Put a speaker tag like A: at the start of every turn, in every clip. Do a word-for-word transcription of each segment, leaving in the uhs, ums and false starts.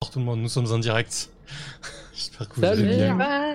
A: bonsoir tout le monde, nous sommes en direct. J'espère que vous allez bien.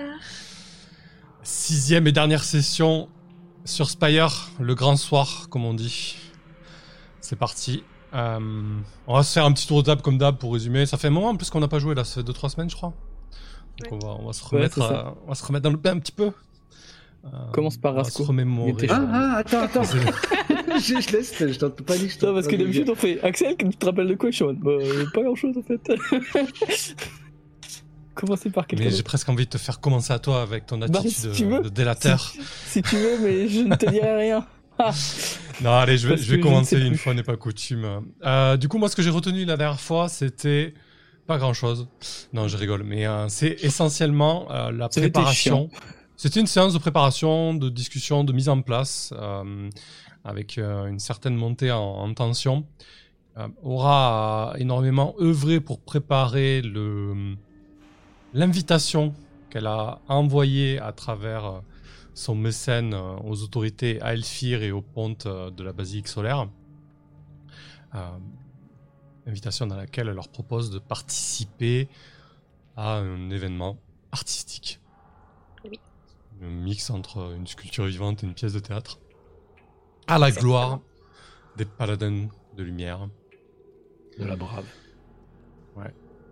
A: Sixième et dernière session sur Spire, le grand soir, comme on dit. C'est parti. Euh, on va se faire un petit tour de table comme d'hab pour résumer. Ça fait un moment en plus qu'on n'a pas joué là, ça fait deux trois semaines je crois. Donc ouais. on, va, on va se remettre, ouais, à, on va se remettre dans le bain un petit peu. Euh,
B: Commence par Rasco.
A: Se remémorer.
C: Ah, ah, attends, attends. je, je laisse, je t'en pas dit que je t'en.
B: Non, parce que d'habitude on fait Axel, tu te rappelles de quoi? Je suis en mode, bah, pas grand chose en fait. Commencer par quelqu'un.
A: Mais j'ai presque envie de te faire commencer à toi avec ton attitude
B: bah, si
A: de, de délateur.
B: Si, si tu veux, mais je ne te dirai rien. Ah.
A: Non, allez, je vais, je vais commencer une fois n'est pas coutume. Euh, du coup, moi, ce que j'ai retenu la dernière fois, c'était pas grand-chose. Non, je rigole, mais euh, c'est essentiellement euh, la
B: ça
A: préparation. C'était une séance de préparation, de discussion, de mise en place, euh, avec euh, une certaine montée en, en tension. Euh, Aura a énormément œuvré pour préparer le, l'invitation qu'elle a envoyée à travers euh, son mécène euh, aux autorités à Elfir et au ponte euh, de la basilique solaire. Euh, invitation dans laquelle elle leur propose de participer à un événement artistique.
D: Oui.
A: Un mix entre une sculpture vivante et une pièce de théâtre. À la Exactement. gloire des paladins de lumière.
C: De la brave.
A: Ouais.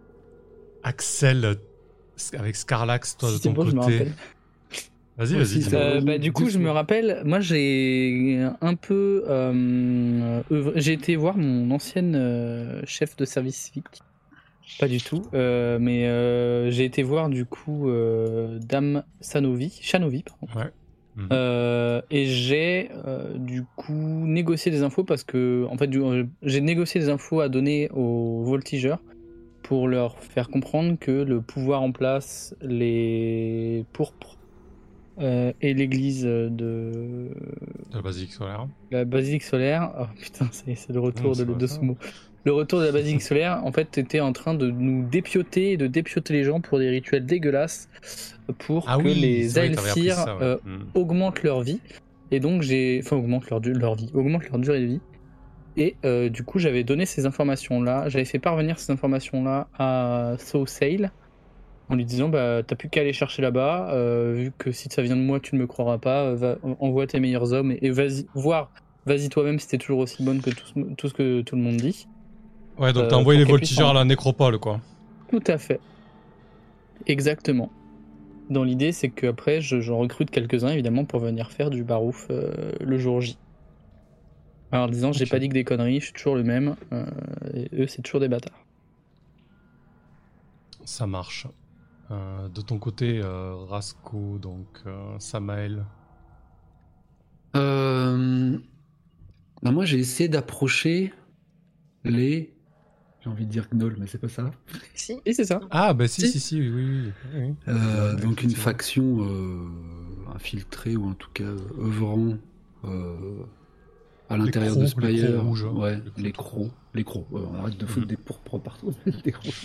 A: Axel, avec Scarlax, toi
B: si
A: de ton
B: bon,
A: côté. Vas-y, vas-y.
B: vas-y euh, bah, du coup, je me rappelle, moi j'ai un peu. Euh, euh, j'ai été voir mon ancienne euh, chef de service civique. Pas du tout, euh, mais euh, j'ai été voir du coup euh, Dame Sanovi, Shanovi, pardon.
A: Ouais. Mmh.
B: Euh, et j'ai euh, du coup négocié des infos parce que en fait du, euh, j'ai négocié des infos à donner aux voltigeurs pour leur faire comprendre que le pouvoir en place, les pourpres euh, et l'église de...
A: de la basilique solaire.
B: La basilique solaire, oh putain, c'est, c'est le retour mmh, de, de ce mot. Le retour de la basilique solaire, en fait, était en train de nous dépioter et de dépioter les gens pour des rituels dégueulasses pour
A: ah
B: que
A: oui,
B: les Aelfir
A: ouais.
B: euh, mmh. augmentent leur vie. Et donc, j'ai. Enfin, augmentent leur, leur vie, augmentent leur durée de vie. Et euh, du coup, j'avais donné ces informations-là, j'avais fait parvenir ces informations-là à Soulsail en lui disant bah, t'as plus qu'à aller chercher là-bas, euh, vu que si ça vient de moi, tu ne me croiras pas, va, envoie tes meilleurs hommes et, et vas-y, voir, vas-y toi-même si t'es toujours aussi bonne que tout, tout ce que tout le monde dit.
A: Ouais, donc t'as euh, envoyé les voltigeurs à la nécropole, quoi.
B: Tout à fait. Exactement. Dans l'idée, c'est qu'après, je, j'en recrute quelques-uns, évidemment, pour venir faire du barouf euh, le jour J. Alors, en disant, okay. j'ai pas dit que des conneries, je suis toujours le même, euh, et eux, c'est toujours des bâtards.
A: Ça marche. Euh, de ton côté, euh, Rasco, donc, euh, Samael
C: euh... ben Moi, j'ai essayé d'approcher les... J'ai envie de dire Gnoll, mais c'est pas ça.
B: Si, et c'est ça.
A: Ah, bah si, si, si, si oui, oui. oui, oui.
C: Euh, donc une faction euh, infiltrée, ou en tout cas œuvrant euh, à l'intérieur
A: crocs,
C: de Spire.
A: Les crocs rouges.
C: Ouais, les crocs. Les crocs. Ouais, on arrête de foutre mmh. des pourpres partout. des crocs.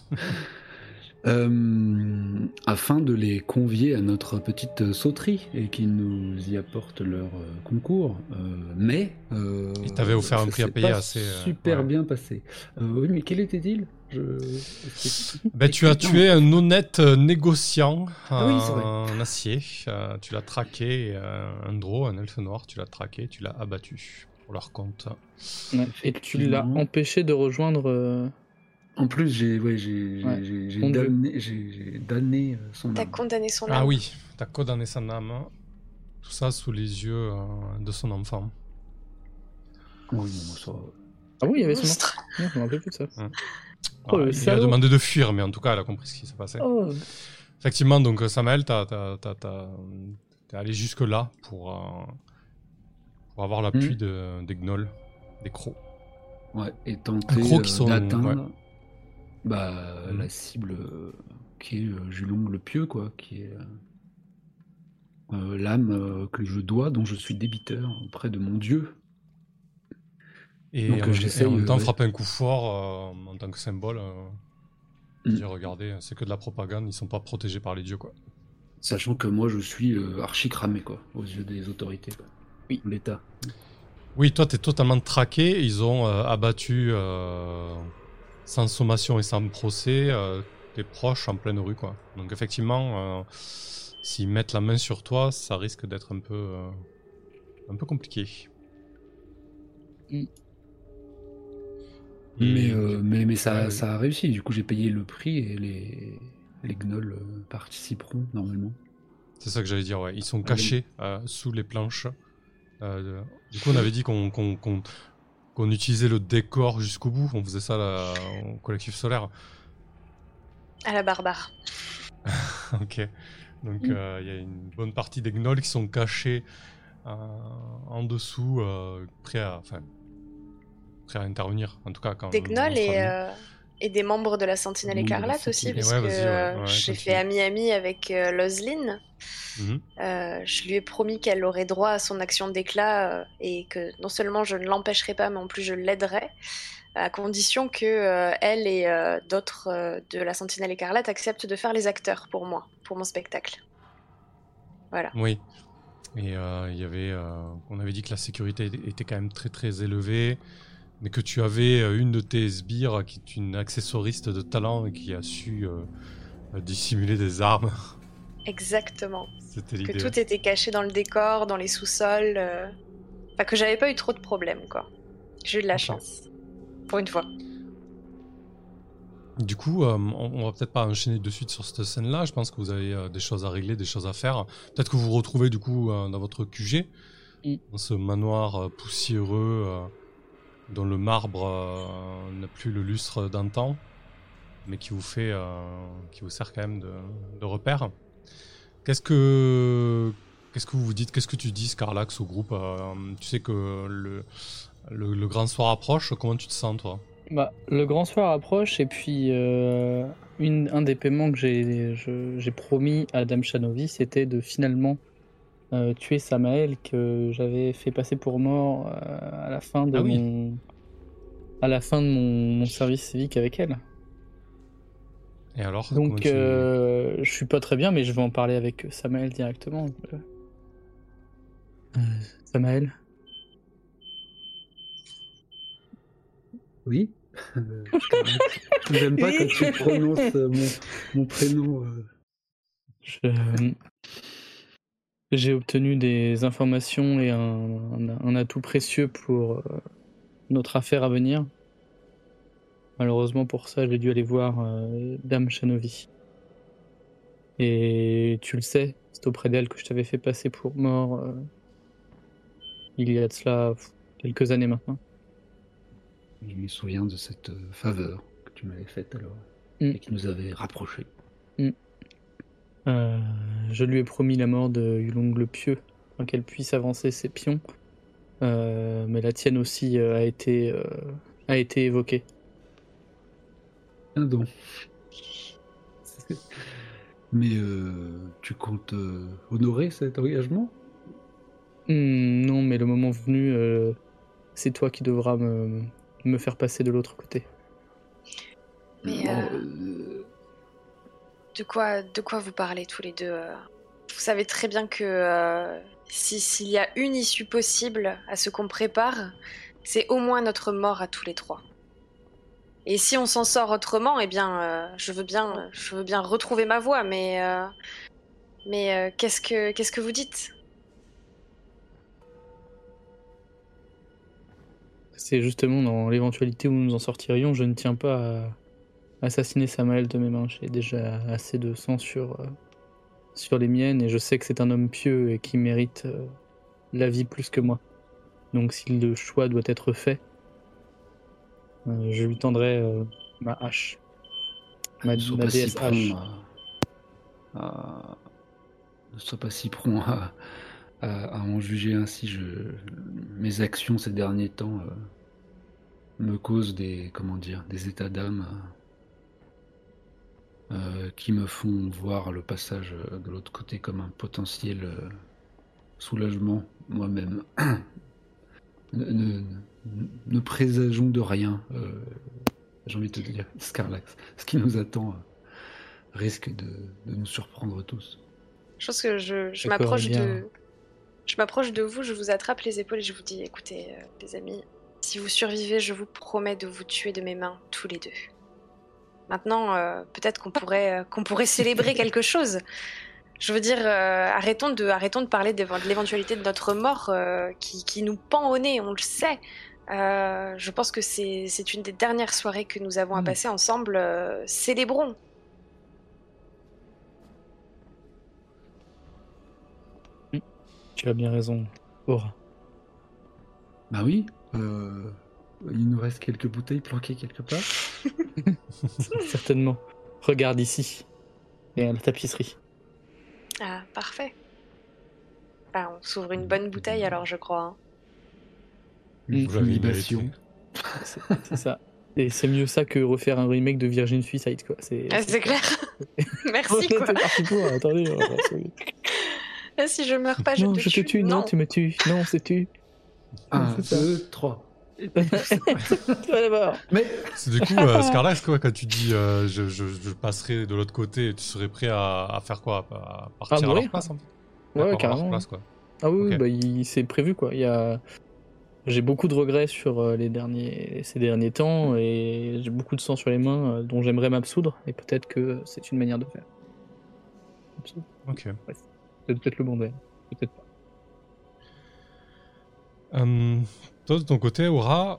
C: Euh, afin de les convier à notre petite sauterie et qu'ils nous y apportent leur euh, concours. Euh, mais... Euh,
A: Ils t'avaient offert un prix à payer assez...
C: super
A: ouais.
C: bien passé. Euh, oui, mais quel était-il Je...
A: ben, Tu as tué un honnête négociant
C: ah, oui,
A: en acier. Euh, tu l'as traqué, euh, un draw, un elfe noir, tu l'as traqué, tu l'as abattu pour leur compte.
B: Ouais, et tu l'as empêché de rejoindre... Euh...
C: En plus, j'ai, ouais, j'ai, ouais. j'ai, j'ai, damné, j'ai, j'ai damné son âme.
D: T'as condamné son âme.
A: Ah oui, t'as condamné son âme. Tout ça sous les yeux euh, de son enfant.
C: Oui, non, ça...
B: Ah oui, il y avait son enfant. Non, je me rappelle plus de ça.
A: Hum. Oh, ah, il salaud. a demandé de fuir, mais en tout cas, elle a compris ce qui s'est passé.
B: Oh.
A: Effectivement, donc Samael, t'as, t'as, t'as, t'as, t'es allé jusque-là pour, euh, pour avoir l'appui hum. de, des gnolls, des crocs.
C: Ouais, et tenter
A: euh, qui sont,
C: d'atteindre...
A: Ouais.
C: Bah, mmh. la cible euh, qui est euh, Julong le Pieux, quoi, qui est euh, euh, l'âme euh, que je dois, dont je suis débiteur auprès de mon Dieu.
A: Et, Donc, euh, et en même temps, euh, frapper un coup fort euh, en tant que symbole. Euh, mmh. Dire, regardez, c'est que de la propagande, ils sont pas protégés par les dieux, quoi.
C: Sachant que moi, je suis euh, archi cramé, quoi, aux yeux des autorités, quoi.
B: Oui.
C: L'État.
A: Oui, toi, t'es totalement traqué. Ils ont euh, abattu. Euh... sans sommation et sans procès, euh, tes proches en pleine rue, quoi. Donc effectivement, euh, s'ils mettent la main sur toi, ça risque d'être un peu, euh, un peu compliqué.
B: Mm.
C: Mais,
A: Et-
C: euh, mais, mais ça,
A: Ouais, vas-y.
C: ça a réussi, du coup j'ai payé le prix et les, les gnolls euh, participeront normalement.
A: C'est ça que j'allais dire, ouais. Ils sont
C: Allez.
A: cachés euh, sous les planches. Euh, de- Du coup, on avait dit qu'on qu'on- qu'on- qu'on utilisait le décor jusqu'au bout. On faisait ça là, au collectif solaire.
D: À la barbare.
A: Ok. Donc,
B: Mm.
A: euh, il y a une bonne partie des gnolls qui sont cachés euh, en dessous, euh, prêts à, enfin, prêts à intervenir. En tout cas, quand
D: Des
A: le
D: gnolls
A: monstre
D: et,
A: arrive.
D: euh, et des membres de la Sentinelle
C: Membres de la
D: Écarlate aussi,
C: Sentinelle.
A: Et
D: parce
A: ouais,
D: que
A: vas-y, ouais,
D: euh,
A: ouais,
D: j'ai
A: continue.
D: fait ami-ami avec euh, Loslin.
A: Mhm.
D: Euh, je lui ai promis qu'elle aurait droit à son action d'éclat euh, et que non seulement je ne l'empêcherai pas, mais en plus je l'aiderai, à condition que euh, elle et euh, d'autres euh, de la Sentinelle Écarlate acceptent de faire les acteurs pour moi, pour mon spectacle. Voilà.
A: Oui. Et euh, il y avait, euh, on avait dit que la sécurité était quand même très très élevée, mais que tu avais euh, une de tes sbires qui est une accessoriste de talent et qui a su euh, euh, dissimuler des armes.
D: Exactement.
A: C'était
D: Que
A: l'idée.
D: tout était caché dans le décor, dans les sous-sols. euh, Enfin, que j'avais pas eu trop de problèmes, quoi. J'ai eu de la
A: Ok.
D: chance. Pour une fois.
A: Du coup, euh, on, on va peut-être pas enchaîner de suite sur cette scène-là. Je pense que vous avez euh, des choses à régler, des choses à faire. Peut-être que vous vous retrouvez du coup euh, dans votre Q G,
B: Mm.
A: dans ce manoir euh, poussiéreux euh, dont le marbre euh, n'a plus le lustre d'antan, mais qui vous fait, euh, qui vous sert quand même de, de repère. Qu'est-ce que, qu'est-ce que vous vous dites? Qu'est-ce que tu dis, Scarlax, au groupe? Euh, Tu sais que le, le, le grand soir approche. Comment tu te sens, toi?
B: Bah, le grand soir approche et puis euh, une, un des paiements que j'ai je- j'ai promis à Dame Shanovi, c'était de finalement euh, tuer Samael que j'avais fait passer pour mort euh, à la fin de
A: Ah oui.
B: mon à la fin de mon, mon service civique avec elle.
A: Et alors, comment
B: Donc
A: tu...
B: euh, je suis pas très bien, mais je vais en parler avec Samael directement. Euh, Samael,
C: Oui. Euh, Scarlett. J'aime pas quand tu prononces euh, mon, mon prénom. euh.
B: je- j'ai obtenu des informations et un, un- un atout précieux pour euh, notre affaire à venir. Malheureusement pour ça, j'ai dû aller voir euh, Dame Shanovi. Et tu le sais, c'est auprès d'elle que je t'avais fait passer pour mort euh, il y a de cela pff, quelques années maintenant.
C: Je me souviens de cette euh, faveur que tu m'avais faite alors
B: Mm.
C: et qui nous avait rapprochés.
B: Euh, je lui ai promis la mort de Yulong le Pieux, afin qu'elle puisse avancer ses pions. Euh, mais la tienne aussi euh, a été euh, a été évoquée.
C: Un don. Mais euh, tu comptes euh, honorer cet engagement?
B: Hmm, non, mais le moment venu, euh, c'est toi qui devras me, me faire passer de l'autre côté.
D: Mais
C: Bon,
D: euh,
C: euh,
D: de quoi, de quoi vous parlez tous les deux euh Vous savez très bien que euh, si, s'il y a une issue possible à ce qu'on prépare, c'est au moins notre mort à tous les trois. Et si on s'en sort autrement, eh bien, euh, je veux bien, je veux bien retrouver ma voix, mais, euh, mais euh, qu'est-ce que, qu'est-ce que vous dites?
B: C'est justement dans l'éventualité où nous en sortirions, je ne tiens pas à assassiner Samael de mes mains. J'ai déjà assez de sang sur, euh, sur les miennes et je sais que c'est un homme pieux et qui mérite euh, la vie plus que moi. Donc si le choix doit être fait, euh, je lui tendrai euh, ma hache. Ma,
C: ne sois
B: ma
C: pas si
B: déesse
C: prompt
B: hache.
C: à, à- ne sois pas si prompt à, à- à en juger ainsi. Je, mes actions ces derniers temps euh, me causent des, comment dire, des états d'âme euh, qui me font voir le passage euh, de l'autre côté comme un potentiel euh, soulagement moi-même. ne, ne- ne présageons de rien, euh, j'ai envie de te dire, Scarlax. Ce qui nous attend euh, risque de, de nous surprendre tous.
D: Je pense que je, je
B: D'accord,
D: m'approche
B: eh bien.
D: de, je m'approche de vous, je vous attrape les épaules et je vous dis, écoutez, euh, les amis, si vous survivez, je vous promets de vous tuer de mes mains tous les deux. Maintenant, euh, peut-être qu'on pourrait, euh, qu'on pourrait célébrer quelque chose. Je veux dire, euh, arrêtons, de, arrêtons de parler de, de l'éventualité de notre mort euh, qui, qui nous pend au nez, on le sait. Euh, je pense que c'est, c'est une des dernières soirées que nous avons à
C: Mm.
D: passer ensemble. Euh, célébrons.
B: Tu as bien raison, Aura.
C: Bah oui, euh, il nous reste quelques bouteilles planquées quelque part.
B: Certainement. Regarde ici. Et à la tapisserie.
D: Ah, parfait. Ah, on s'ouvre une bonne bouteille alors, je crois. Hein.
C: Une
A: Vous l'avez
C: libation.
A: mérité.
B: C'est c'est ça. Et c'est mieux ça que refaire un remake de Virgin Suicide, quoi. C'est
D: Ah, c'est clair. Merci,
B: On
D: quoi.
B: était parti pour, attendez. on va voir ça.
D: Ah, si je meurs pas, je
B: Non,
D: te
B: je te tue, non, tu me tues. Non, on se tue.
C: Un,
B: C'est ça.
C: deux, trois.
B: D'abord.
C: Mais
A: C'est du coup, euh, Scarla, est-ce que ouais, quand tu dis euh, je, je, je passerai de l'autre côté, tu serais prêt à, à faire quoi? À partir à,
B: mourir.
A: leur place en fait?
B: Ouais,
A: D'accord, à leur
B: carrément.
A: place, quoi.
B: Ah oui,
A: Ok.
B: oui, bah, il... c'est prévu, quoi. Il y a... J'ai beaucoup de regrets sur euh, les derniers... ces derniers temps et j'ai beaucoup de sang sur les mains euh, dont j'aimerais m'absoudre et peut-être que c'est une manière de faire. Absoudre.
A: Ok.
B: C'est peut-être le bon d'ailleurs. Peut-être pas.
A: Euh, toi, de ton côté, Aura,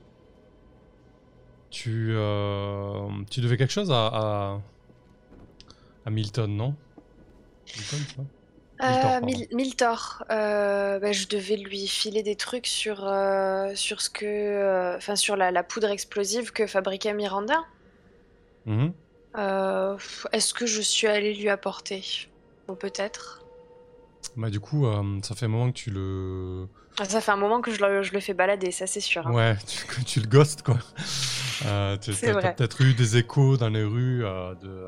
A: tu, euh, tu devais quelque chose à, à, à Milton, non? Milton, c'est ça? Miltor,
D: Euh,
A: pardon.
D: Mil- Miltor, euh, bah, je devais lui filer des trucs sur, euh, sur ce que, enfin sur la, la poudre explosive que fabriquait Miranda.
A: Mhm.
D: Euh, est-ce que je suis allée lui apporter? Ou peut-être.
A: Bah, du coup, euh, ça fait un moment que tu le.
D: Ah, ça fait un moment que je le, je le fais balader, ça c'est sûr. hein.
A: Ouais, tu, que tu le ghostes, quoi. Euh, tu
D: C'est
A: as
D: vrai.
A: peut-être eu des échos dans les rues euh, de, euh,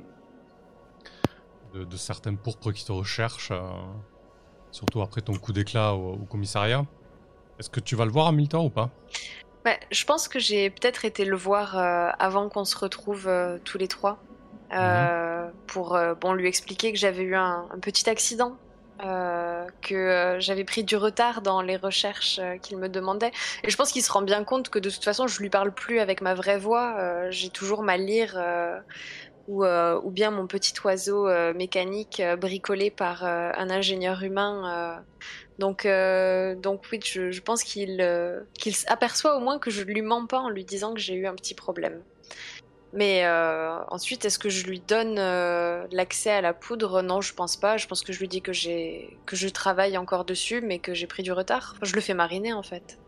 A: de, de certaines pourpres qui te recherchent, euh, surtout après ton coup d'éclat au, au commissariat. Est-ce que tu vas le voir à Milton ou pas?
D: Ouais, je pense que j'ai peut-être été le voir euh, avant qu'on se retrouve euh, tous les trois euh, pour euh, bon, lui expliquer que j'avais eu un, un petit accident, euh, que euh, j'avais pris du retard dans les recherches euh, qu'il me demandait. Et je pense qu'il se rend bien compte que de toute façon, je lui parle plus avec ma vraie voix. Euh, j'ai toujours ma lyre euh, ou, euh, ou bien mon petit oiseau euh, mécanique euh, bricolé par euh, un ingénieur humain. euh, Donc, euh, donc oui, je, je pense qu'il euh, qu'il s'aperçoit au moins que je lui mens pas en lui disant que j'ai eu un petit problème. Mais euh, ensuite, est-ce que je lui donne euh, l'accès à la poudre? Non, je pense pas. Je pense que je lui dis que j'ai que je travaille encore dessus, mais que j'ai pris du retard. Enfin, je le fais mariner en fait.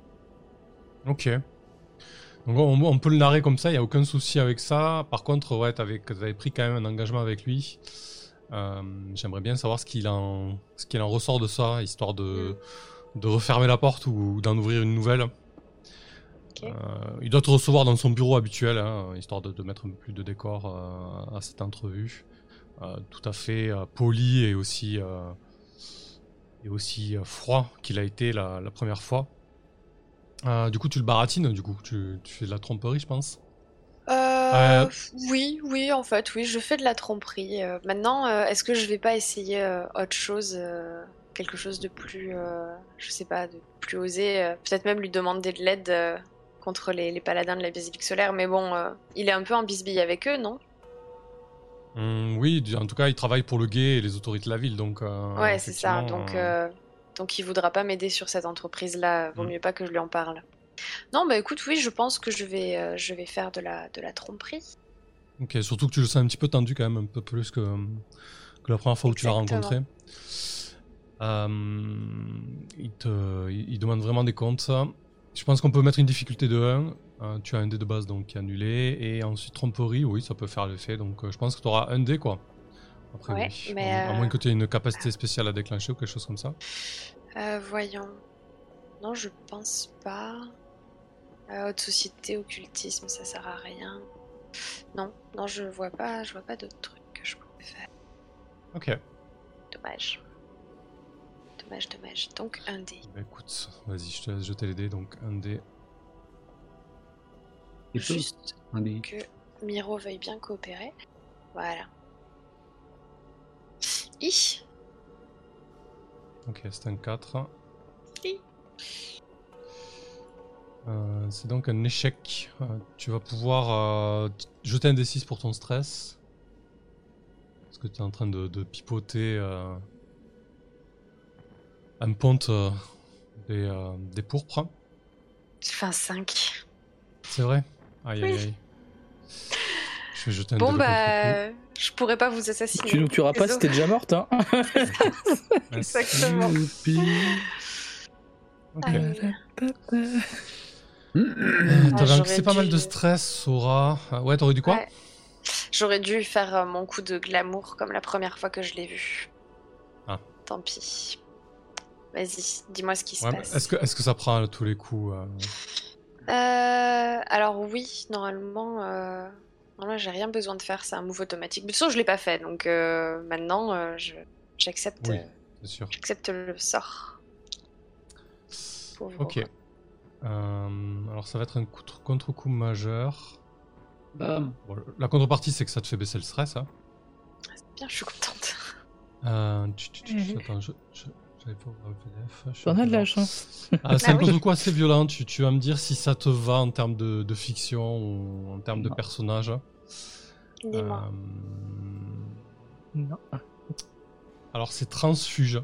A: Ok. Donc on, on peut le narrer comme ça, il n'y a aucun souci avec ça. Par contre, ouais, tu avais pris quand même un engagement avec lui. Euh, J'aimerais bien savoir ce qu'il en, ce qu'il en ressort de ça, histoire de, de refermer la porte ou d'en ouvrir une nouvelle.
D: Ok.
A: Euh, il doit te recevoir dans son bureau habituel, hein, histoire de, de mettre un peu plus de décor euh, à cette entrevue. Euh, tout à fait euh, poli et aussi, euh, et aussi euh, froid qu'il a été la, la première fois. Euh, du coup, tu le baratines, du coup, tu, tu fais de la tromperie, je pense.
D: Euh,
A: Euh,
D: Oui, oui, en fait, oui, je fais de la tromperie. Euh, maintenant, euh, est-ce que je vais pas essayer euh, autre chose, euh, quelque chose de plus, euh, je sais pas, de plus osé, euh, peut-être même lui demander de l'aide euh, contre les, les paladins de la basilique solaire. Mais bon, euh, il est un peu en bisbille avec eux, non?
A: hum, oui, du- en tout cas, il travaille pour le guet et les autorités de la ville, donc. Euh,
D: Ouais, c'est ça.
A: effectivement,
D: Donc,
A: euh,
D: euh, donc il voudra pas m'aider sur cette entreprise-là. Vaut
A: Mm.
D: mieux pas que je lui en parle. Non, bah écoute, oui, je pense que je vais, euh, je vais faire de la, de la tromperie.
A: Ok, surtout que tu le sens un petit peu tendu quand même, un peu plus que, que la première fois où tu l'as
D: Exactement.
A: rencontré. Euh, il, te, il, il demande vraiment des comptes, ça. Je pense qu'on peut mettre une difficulté de un. Euh, tu as un dé de base donc qui est annulé. Et ensuite, tromperie, oui, ça peut faire l'effet. Donc euh, je pense que tu auras un dé, quoi. Après,
D: Ouais,
A: oui.
D: mais,
A: À, à
D: euh,
A: moins que tu aies une capacité spéciale à déclencher ou quelque chose comme ça.
D: Euh, voyons. Non, je pense pas. Euh, haute société, occultisme, ça sert à rien. Non, non, je vois pas, je vois pas d'autres trucs que je pourrais faire.
A: Ok.
D: Dommage. Dommage, dommage. Donc un dé.
A: Bah, écoute, vas-y, je te laisse jeter les dés. Donc un dé.
C: Et peu,
D: Juste
C: un des-
D: que Miro veuille bien coopérer. Voilà. Hi.
A: Ok, c'est un quatre.
D: Hi.
A: Euh, c'est donc un échec. Euh, tu vas pouvoir... euh, t- jeter un D six pour ton stress. Parce que tu es en train de, de pipoter euh, un ponte euh, des, euh, des pourpres.
D: J'ai fait un cinq.
A: C'est vrai? Aïe aïe
D: Oui.
A: aïe. Je vais jeter un
D: Bon
A: dé de
D: bah, je pourrais pas vous assassiner.
B: Tu nous tueras pas si
D: Désolé.
B: t'es déjà morte, hein.
A: contre-coup.
D: Exactement.
C: Youpi.
A: Ok.
D: Aïe.
A: Euh, T'avais
D: j'aurais
A: encaissé pas mal
D: dû-
A: de stress, Sora. Ah, ouais, t'aurais dû quoi?
D: Ouais. J'aurais dû faire euh, mon coup de glamour comme la première fois que je l'ai vu.
A: Ah.
D: Tant pis. Vas-y, dis-moi ce qui se
A: Ouais, mais
D: passe.
A: est-ce que, est-ce que ça prend à tous les coups euh,
D: Euh, alors oui, normalement, euh... normalement, j'ai rien besoin de faire, c'est un move automatique. De toute façon, je l'ai pas fait, donc euh, maintenant, euh, je... j'accepte,
A: Oui,
D: euh,
A: c'est sûr.
D: j'accepte le sort. Pauvre
A: Ok.
D: Aura.
A: Euh, alors ça va être un contre- contre-coup majeur.
C: Bam.
A: Bon, la contrepartie, c'est que ça te fait baisser le stress. Hein.
D: Bien, je suis contente.
A: Euh, tu, tu, tu, tu-
B: Mhm.
A: attends, je, je, j'avais pas ouvert le P D F. je suis
B: T'en
A: un
B: as
A: peu
B: de la
A: lent.
B: chance.
A: Ah, c'est
D: Ah
A: un
D: oui.
A: contre-coup assez violent. Tu, tu vas me dire si ça te va en termes de, de fiction ou en termes de
B: Non.
A: personnage.
D: Dis-moi.
A: Euh,
B: Non.
A: Alors c'est transfuge.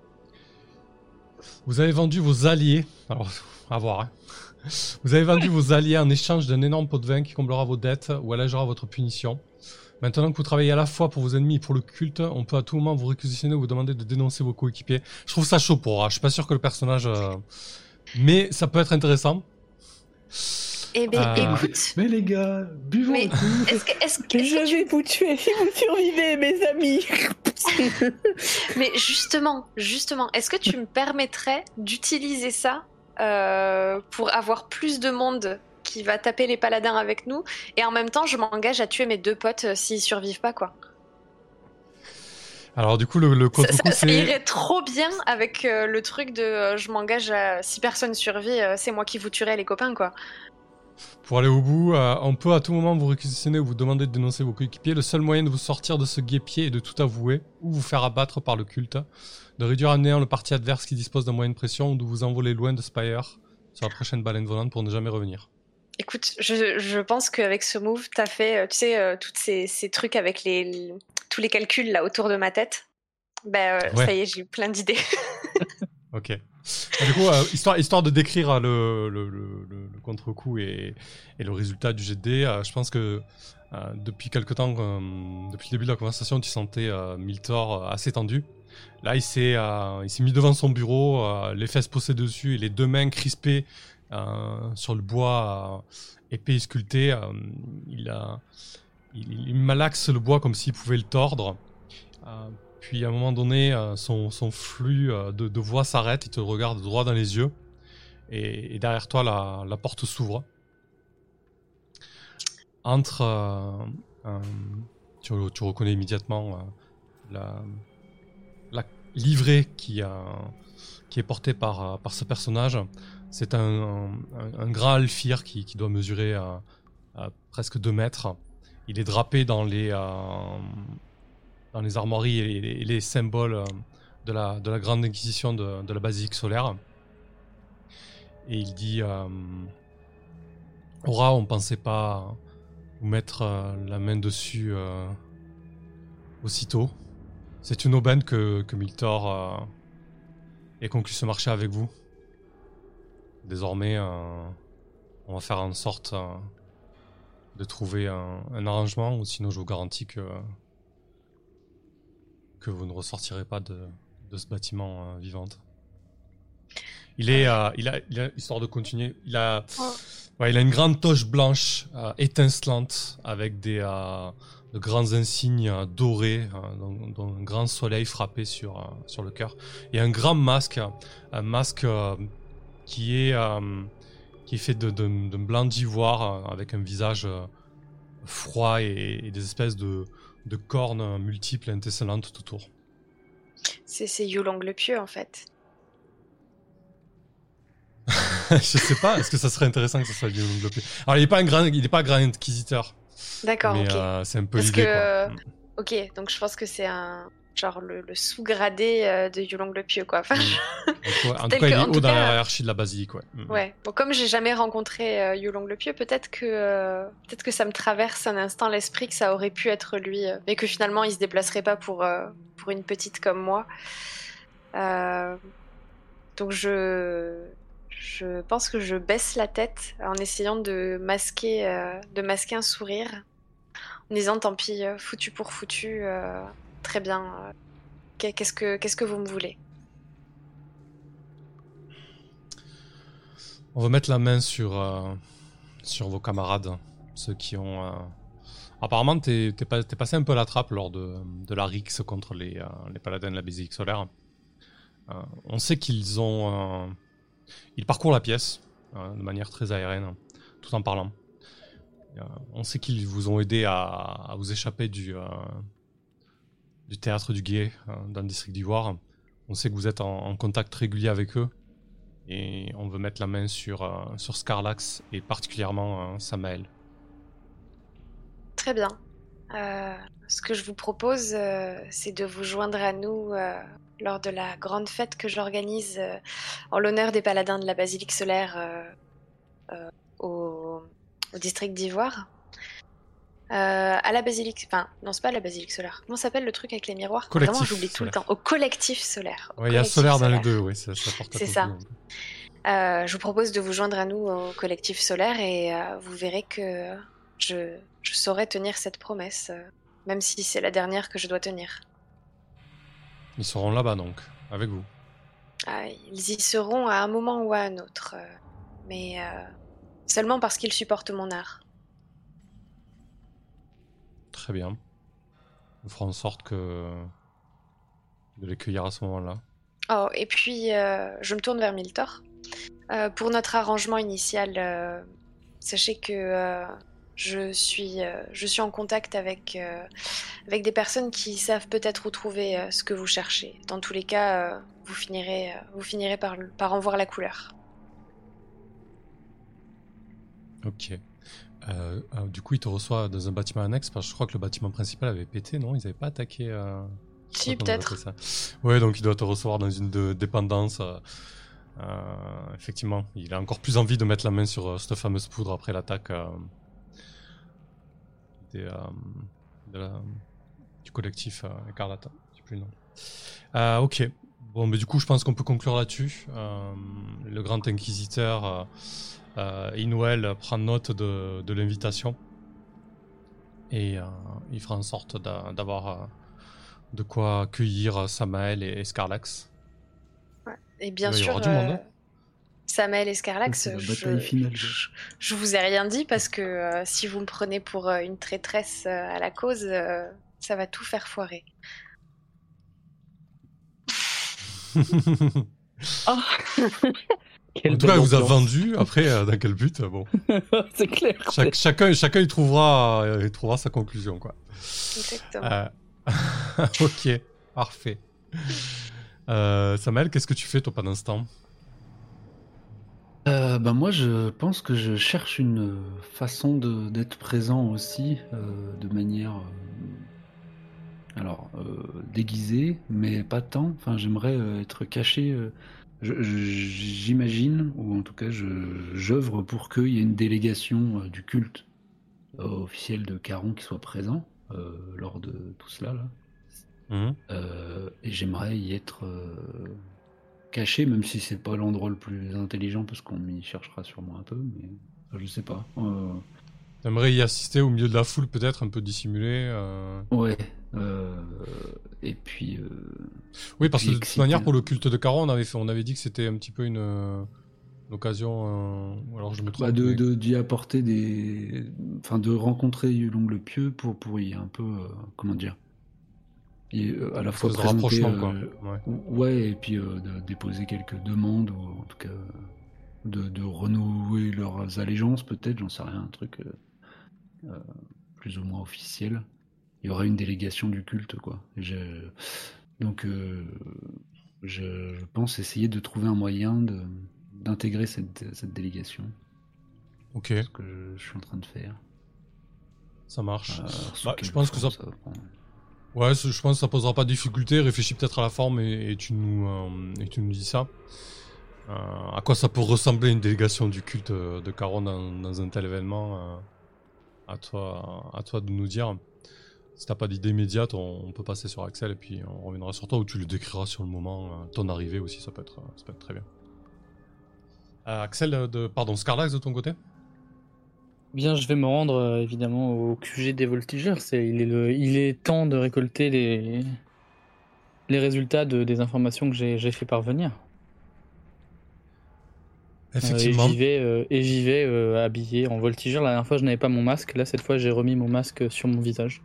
A: Vous avez vendu vos alliés. Alors, à voir. Hein. Vous avez vendu vos alliés en échange d'un énorme pot de vin qui comblera vos dettes ou allégera votre punition. Maintenant que vous travaillez à la fois pour vos ennemis et pour le culte, on peut à tout moment vous réquisitionner ou vous demander de dénoncer vos coéquipiers. Je trouve ça chaud pour Aura. Je suis pas sûr que le personnage... euh, Mais ça peut être intéressant.
D: Eh ben,
A: Euh,
D: écoute,
C: Mais les gars, buvons
D: Mais-
C: un coup.
D: est-ce que, est-ce que, est-ce
B: Je
D: que tu-
B: vais vous tuer si vous survivez, mes amis.
D: mais justement, justement, est-ce que tu me permettrais d'utiliser ça euh, pour avoir plus de monde qui va taper les paladins avec nous, et en même temps, je m'engage à tuer mes deux potes euh, s'ils survivent pas, quoi.
A: Alors du coup, le, le
D: Ça,
A: contre-coup,
D: ça- ça
A: c'est...
D: irait trop bien avec euh, le truc de euh, je m'engage à si personne survit, euh, c'est moi qui vous tuerai les copains, quoi.
A: Pour aller au bout, euh, on peut à tout moment vous réquisitionner ou vous demander de dénoncer vos coéquipiers. Le seul moyen de vous sortir de ce guêpier est de tout avouer ou vous faire abattre par le culte, de réduire à néant le parti adverse qui dispose d'un moyen de pression ou de vous envoler loin de Spire sur la prochaine baleine volante pour ne jamais revenir.
D: Écoute, je, je pense qu'avec ce move, t'as fait, euh, tu sais, euh, tous ces, ces trucs avec les, les- tous les calculs là autour de ma tête. Ben, euh,
A: Ouais.
D: ça y est, j'ai eu plein d'idées.
A: Ok. Ah, du coup, euh, histoire, histoire de décrire euh, le, le, le, le- le contre-coup et, et le résultat du jet de dés, euh, je pense que euh, depuis quelque temps, euh, depuis le début de la conversation, tu sentais euh, Miltor euh, assez tendu. Là, il s'est euh, il s'est mis devant son bureau, euh, les fesses posées dessus et les deux mains crispées euh, sur le bois euh, épais et sculpté. Euh, il, a, il, il malaxe le bois comme s'il pouvait le tordre. Euh, Puis à un moment donné, euh, son, son flux euh, de, de voix s'arrête, il te regarde droit dans les yeux, et, et derrière toi, la, la porte s'ouvre. Entre, euh, euh, tu, tu reconnais immédiatement euh, la, la livrée qui, euh, qui est portée par, euh, par ce personnage. C'est un, un, un grand alphir qui, qui doit mesurer euh, euh, presque deux mètres. Il est drapé dans les... euh, dans les armoiries et les, et les symboles euh, de la, de la grande inquisition de, de la basilique solaire. Et il dit euh, Aura, on pensait pas vous mettre euh, la main dessus euh, aussitôt. C'est une aubaine que, que Miltor euh, ait conclu ce marché avec vous. Désormais, euh, on va faire en sorte euh, de trouver un, un arrangement, ou sinon je vous garantis que que vous ne ressortirez pas de, de ce bâtiment euh, vivante. Il est, euh, il, a, il a, histoire de continuer, il a, ouais, il a une grande toche blanche euh, étincelante avec des euh, de grands insignes euh, dorés, euh, dont, dont un grand soleil frappé sur, euh, sur le cœur. Et un grand masque, un masque euh, qui est euh, qui est fait de, de, de blanc d'ivoire euh, avec un visage euh, froid et, et des espèces de de cornes multiples et étincelantes tout autour.
D: C'est c'est Yulong le Pieux, en fait.
A: Je sais pas, est-ce que ça serait intéressant que ça soit Yulong le Pieux? Alors, il n'est pas un grand, il est pas un grand inquisiteur.
D: D'accord,
A: mais
D: ok.
A: euh, c'est un peu
D: Parce
A: l'idée,
D: que-
A: quoi.
D: Ok, donc je pense que c'est un, genre le, le sous-gradé euh, de Yulong le Pieux, quoi. Enfin,
A: Mmh. En tout, en tout
D: tel
A: cas,
D: que-
A: il est
D: en
A: haut
D: tout
A: dans
D: cas-
A: la hiérarchie de la basilique, ouais. Mmh.
D: ouais. Bon, comme j'ai jamais rencontré euh, Yulong le Pieux, peut-être que euh, peut-être que ça me traverse un instant l'esprit que ça aurait pu être lui, euh, mais que finalement il se déplacerait pas pour euh, pour une petite comme moi. Euh, donc je je pense que je baisse la tête en essayant de masquer euh, de masquer un sourire, en disant tant pis, euh, foutu pour foutu, euh, très bien. euh, qu'est- Qu'est-ce que qu'est-ce que vous me voulez?
A: On va mettre la main sur, euh, sur vos camarades, ceux qui ont... euh, Apparemment, t'es t'es pas- t'es passé un peu à la trappe lors de, de la rixe contre les, euh, les paladins de la basilique solaire. Euh, on sait qu'ils ont... euh, Ils parcourent la pièce euh, de manière très aérienne, tout en parlant. Euh, on sait qu'ils vous ont aidé à, à vous échapper du, euh, du théâtre du Guet euh, dans le district d'Ivoire. On sait que vous êtes en, en contact régulier avec eux. Et on veut mettre la main sur, euh, sur Scarlax et particulièrement euh, Samael.
D: Très bien. Euh, ce que je vous propose, euh, c'est de vous joindre à nous euh, lors de la grande fête que j'organise euh, en l'honneur des paladins de la basilique solaire euh, euh, au, au district d'Ivoire. Euh, à la basilique... Enfin, non, c'est pas la basilique solaire. Comment s'appelle le truc avec les miroirs?
A: Collectif
D: Vraiment, j'oublie tout le
A: solaire.
D: temps. Au collectif solaire. Au
A: Ouais, il y a
D: collectif
A: solaire dans les
D: solaire.
A: deux, oui, ça, ça porte à
D: C'est ça.
A: confusion.
D: Euh, je vous propose de vous joindre à nous au collectif solaire et euh, vous verrez que je, je saurai tenir cette promesse, euh, même si c'est la dernière que je dois tenir.
A: Ils seront là-bas donc, avec vous.
D: Ah, ils y seront à un moment ou à un autre, euh, mais euh, seulement parce qu'ils supportent mon art.
A: Très bien. Nous ferons en sorte que de les cueillir à ce moment-là.
D: Oh, et puis euh, je me tourne vers Miltor. Euh, pour notre arrangement initial, euh, sachez que euh, je suis, euh, je suis en contact avec, euh, avec des personnes qui savent peut-être où trouver euh, ce que vous cherchez. Dans tous les cas, euh, vous finirez, euh, vous finirez par, par en voir la couleur.
A: Ok. Euh, euh, du coup, il te reçoit dans un bâtiment annexe, parce que je crois que le bâtiment principal avait pété, non? Ils n'avaient pas attaqué... Euh... je
D: Si,
A: sais pas comment on
D: peut-être.
A: appelle ça. Ouais, donc il doit te recevoir dans une de- dépendance. euh, euh, effectivement, il a encore plus envie de mettre la main sur euh, cette fameuse poudre après l'attaque euh, des, euh, de la- du collectif euh, Écarlate. Je sais plus le nom. Euh, ok. Bon, mais du coup, je pense qu'on peut conclure là-dessus. Euh, le grand inquisiteur euh, euh, Inwell prend note de, de l'invitation et euh, il fera en sorte d'a- d'avoir euh, de quoi accueillir Samael et, et Scarlax.
D: Ouais. Et bien
A: Il va y
D: sûr,
A: avoir du monde,
D: euh,
A: hein.
D: Samael et Scarlax,
C: C'est la
D: je,
C: bataille finale.
D: je, je vous ai rien dit parce que euh, si vous me prenez pour euh, une traîtresse euh, à la cause, euh, ça va tout faire foirer.
B: Oh Quelle
A: En tout cas,
B: belle
A: il vous a
B: ambiance.
A: vendu. Après, euh, dans quel but? Bon,
B: C'est clair.
A: Chac- chacun, chacun, il trouvera, euh, il trouvera sa conclusion, quoi.
D: Exactement.
A: Euh, ok, parfait. Euh, Samael, qu'est-ce que tu fais toi pendant ce temps?
C: Euh, bah moi, je pense que je cherche une façon de- d'être présent aussi, euh, de manière, euh, alors, euh, déguisée, mais pas tant. Enfin, j'aimerais euh, être caché. euh, je- je- J'imagine, ou en tout cas, je- j'œuvre pour qu'il y ait une délégation euh, du culte euh, officiel de Caron qui soit présent euh, lors de tout cela, là.
A: Mhm.
C: Euh, et j'aimerais y être euh, caché, même si c'est pas l'endroit le plus intelligent, parce qu'on m'y cherchera sûrement un peu, mais enfin, je sais pas. Euh,
A: T'aimerais y assister au milieu de la foule, peut-être un peu dissimulé. euh.
C: ouais. euh, et puis. euh,
A: Oui, parce que
C: puis
A: de toute
C: excité.
A: manière, pour le culte de Caron, on avait fait, on avait dit que c'était un petit peu une, euh, une occasion. euh, ou alors je me trompe.
C: bah, de
A: mais-
C: de- d'y apporter des. Enfin, de rencontrer Yulong le Pieux pour, pour y un peu. euh, comment dire et, euh, à la fois
A: de
C: présenter.
A: rapprochement, quoi.
C: euh,
A: Ouais.
C: Ouais, et puis euh, de déposer quelques demandes, ou en tout cas de, de renouer leurs allégeances, peut-être, j'en sais rien, un truc euh, euh, plus ou moins officiel. Il y aurait une délégation du culte, quoi. Et je- donc, euh, je, je pense essayer de trouver un moyen de, d'intégrer cette, cette délégation,
A: Ok,
C: ce que je, je suis en train de faire.
A: ça marche.
C: Euh, sous
A: Bah,
C: quelle
A: je pense que
C: forme
A: ça-
C: va prendre.
A: Ouais, je pense que ça posera pas de difficulté. Réfléchis peut-être à la forme et, et tu nous euh, et tu nous dis ça. Euh, à quoi ça peut ressembler une délégation du culte de Caron dans, dans un tel événement euh, à toi, à toi de nous dire. Si t'as pas d'idée immédiate, on, on peut passer sur Axel et puis on reviendra sur toi ou tu le décriras sur le moment. Euh, ton arrivée aussi, ça peut être, ça peut être très bien. Euh, Axel, de, pardon, Scarlax de ton côté?
B: Bien, je vais me rendre euh, évidemment au Q G des voltigeurs. C'est, il, est le, il est temps de récolter les, les résultats de, des informations que j'ai, j'ai fait parvenir.
A: Effectivement.
B: Euh, et j'y vais, euh, et j'y vais euh, habillé en voltigeur. La dernière fois, je n'avais pas mon masque. Là, cette fois, j'ai remis mon masque sur mon visage.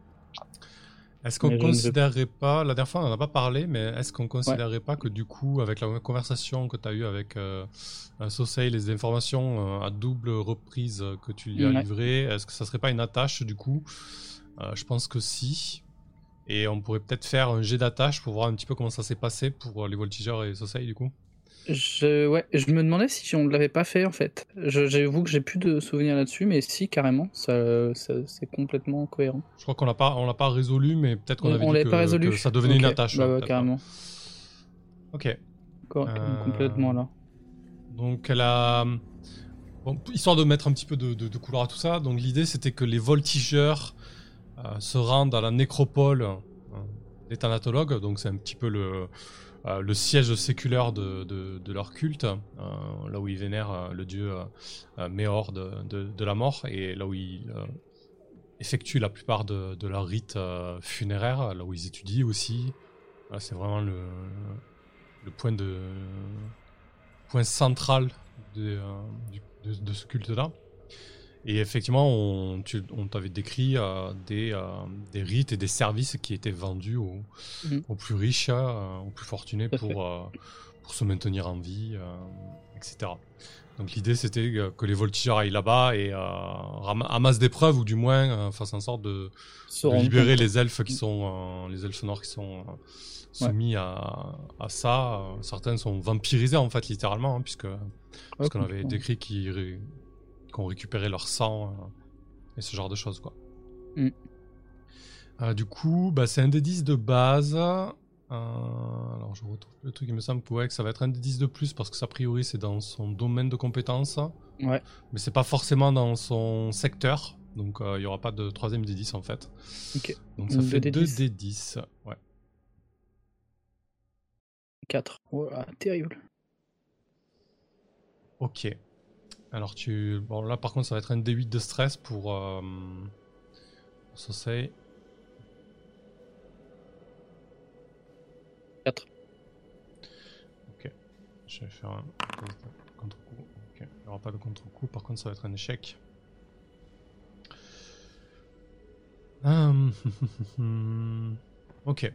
A: Est-ce qu'on
B: Mais je ne veux-
A: considérerait pas, la dernière fois on n'en a pas parlé, mais est-ce qu'on
B: Ouais.
A: considérerait pas que du coup, avec la conversation que tu as eue avec euh, un Sosei, les informations euh, à double reprise euh, que tu lui as
B: Ouais.
A: livrées, est-ce que ça serait pas une attache du coup? Euh, Je pense que si. Et on pourrait peut-être faire un jet d'attache pour voir un petit peu comment ça s'est passé pour euh, les voltigeurs et Sosei du coup.
B: Je, ouais, je me demandais si on ne l'avait pas fait en fait. Je, j'avoue que j'ai plus de souvenirs là-dessus, mais si, carrément, ça, ça- c'est complètement cohérent.
A: Je crois qu'on l'a pas, on l'a pas résolu, mais peut-être qu'on
B: On,
A: avait
B: on
A: dit
B: l'avait
A: que,
B: pas résolu.
A: que ça devenait une
B: Ok.
A: attache.
B: Bah
A: ouais,
B: ouais,
A: peut-être,
B: carrément.
A: ouais. Ok.
B: Co-
A: Euh,
B: Complètement là.
A: Donc elle a... Bon, histoire de mettre un petit peu de, de, de couleur à tout ça, donc l'idée c'était que les voltigeurs euh, se rendent à la nécropole euh, des thanatologues, donc c'est un petit peu le, euh, le siège séculaire de, de, de leur culte, euh, là où ils vénèrent euh, le dieu euh, euh, Méor de, de, de la mort, et là où ils euh, effectuent la plupart de, de leurs rites euh, funéraires, là où ils étudient aussi. Voilà, c'est vraiment le, le point de point central de, euh, du- de, de ce culte-là. Et effectivement, on, tu- on t'avait décrit euh, des, euh, des rites et des services qui étaient vendus aux,
B: Mhm.
A: aux plus riches, euh, aux plus fortunés
B: Tout à fait.
A: pour, euh, pour se maintenir en vie, euh, et cetera. Donc l'idée c'était euh, que les voltigeurs aillent là-bas et euh, ram- amassent des preuves ou du moins euh, fassent en sorte de,
B: Se
A: de
B: rendre
A: libérer
B: compte.
A: les elfes qui sont euh, les elfes noirs qui sont euh, soumis à, à ça. Euh, Certains sont vampirisés en fait littéralement hein, puisque parce qu'on avait
B: complètement.
A: décrit qu'ils ré- qu'on récupérait leur sang euh, et ce genre de choses quoi.
B: Mm.
A: Euh, du coup, bah, c'est un des dix de base. Euh, alors je retrouve le truc, il me semble que, ouais, que ça va être un des dix de plus parce que ça, a priori c'est dans son domaine de compétence.
B: Ouais.
A: Mais c'est pas forcément dans son secteur. Donc euh, il y aura pas de troisième D dix en fait.
B: Ok.
A: Donc ça
B: Deux
A: fait
B: D
A: deux
B: dix.
A: D dix. Ouais.
B: quatre. Oh là, terrible.
A: Ok. Alors tu... Bon là par contre ça va être un D huit de stress pour... Euh... pour Sosei.
B: quatre.
A: Ok. Je vais faire un contre-coup. Ok. Il n'y aura pas de contre-coup. Par contre ça va être un échec. Hum, ok.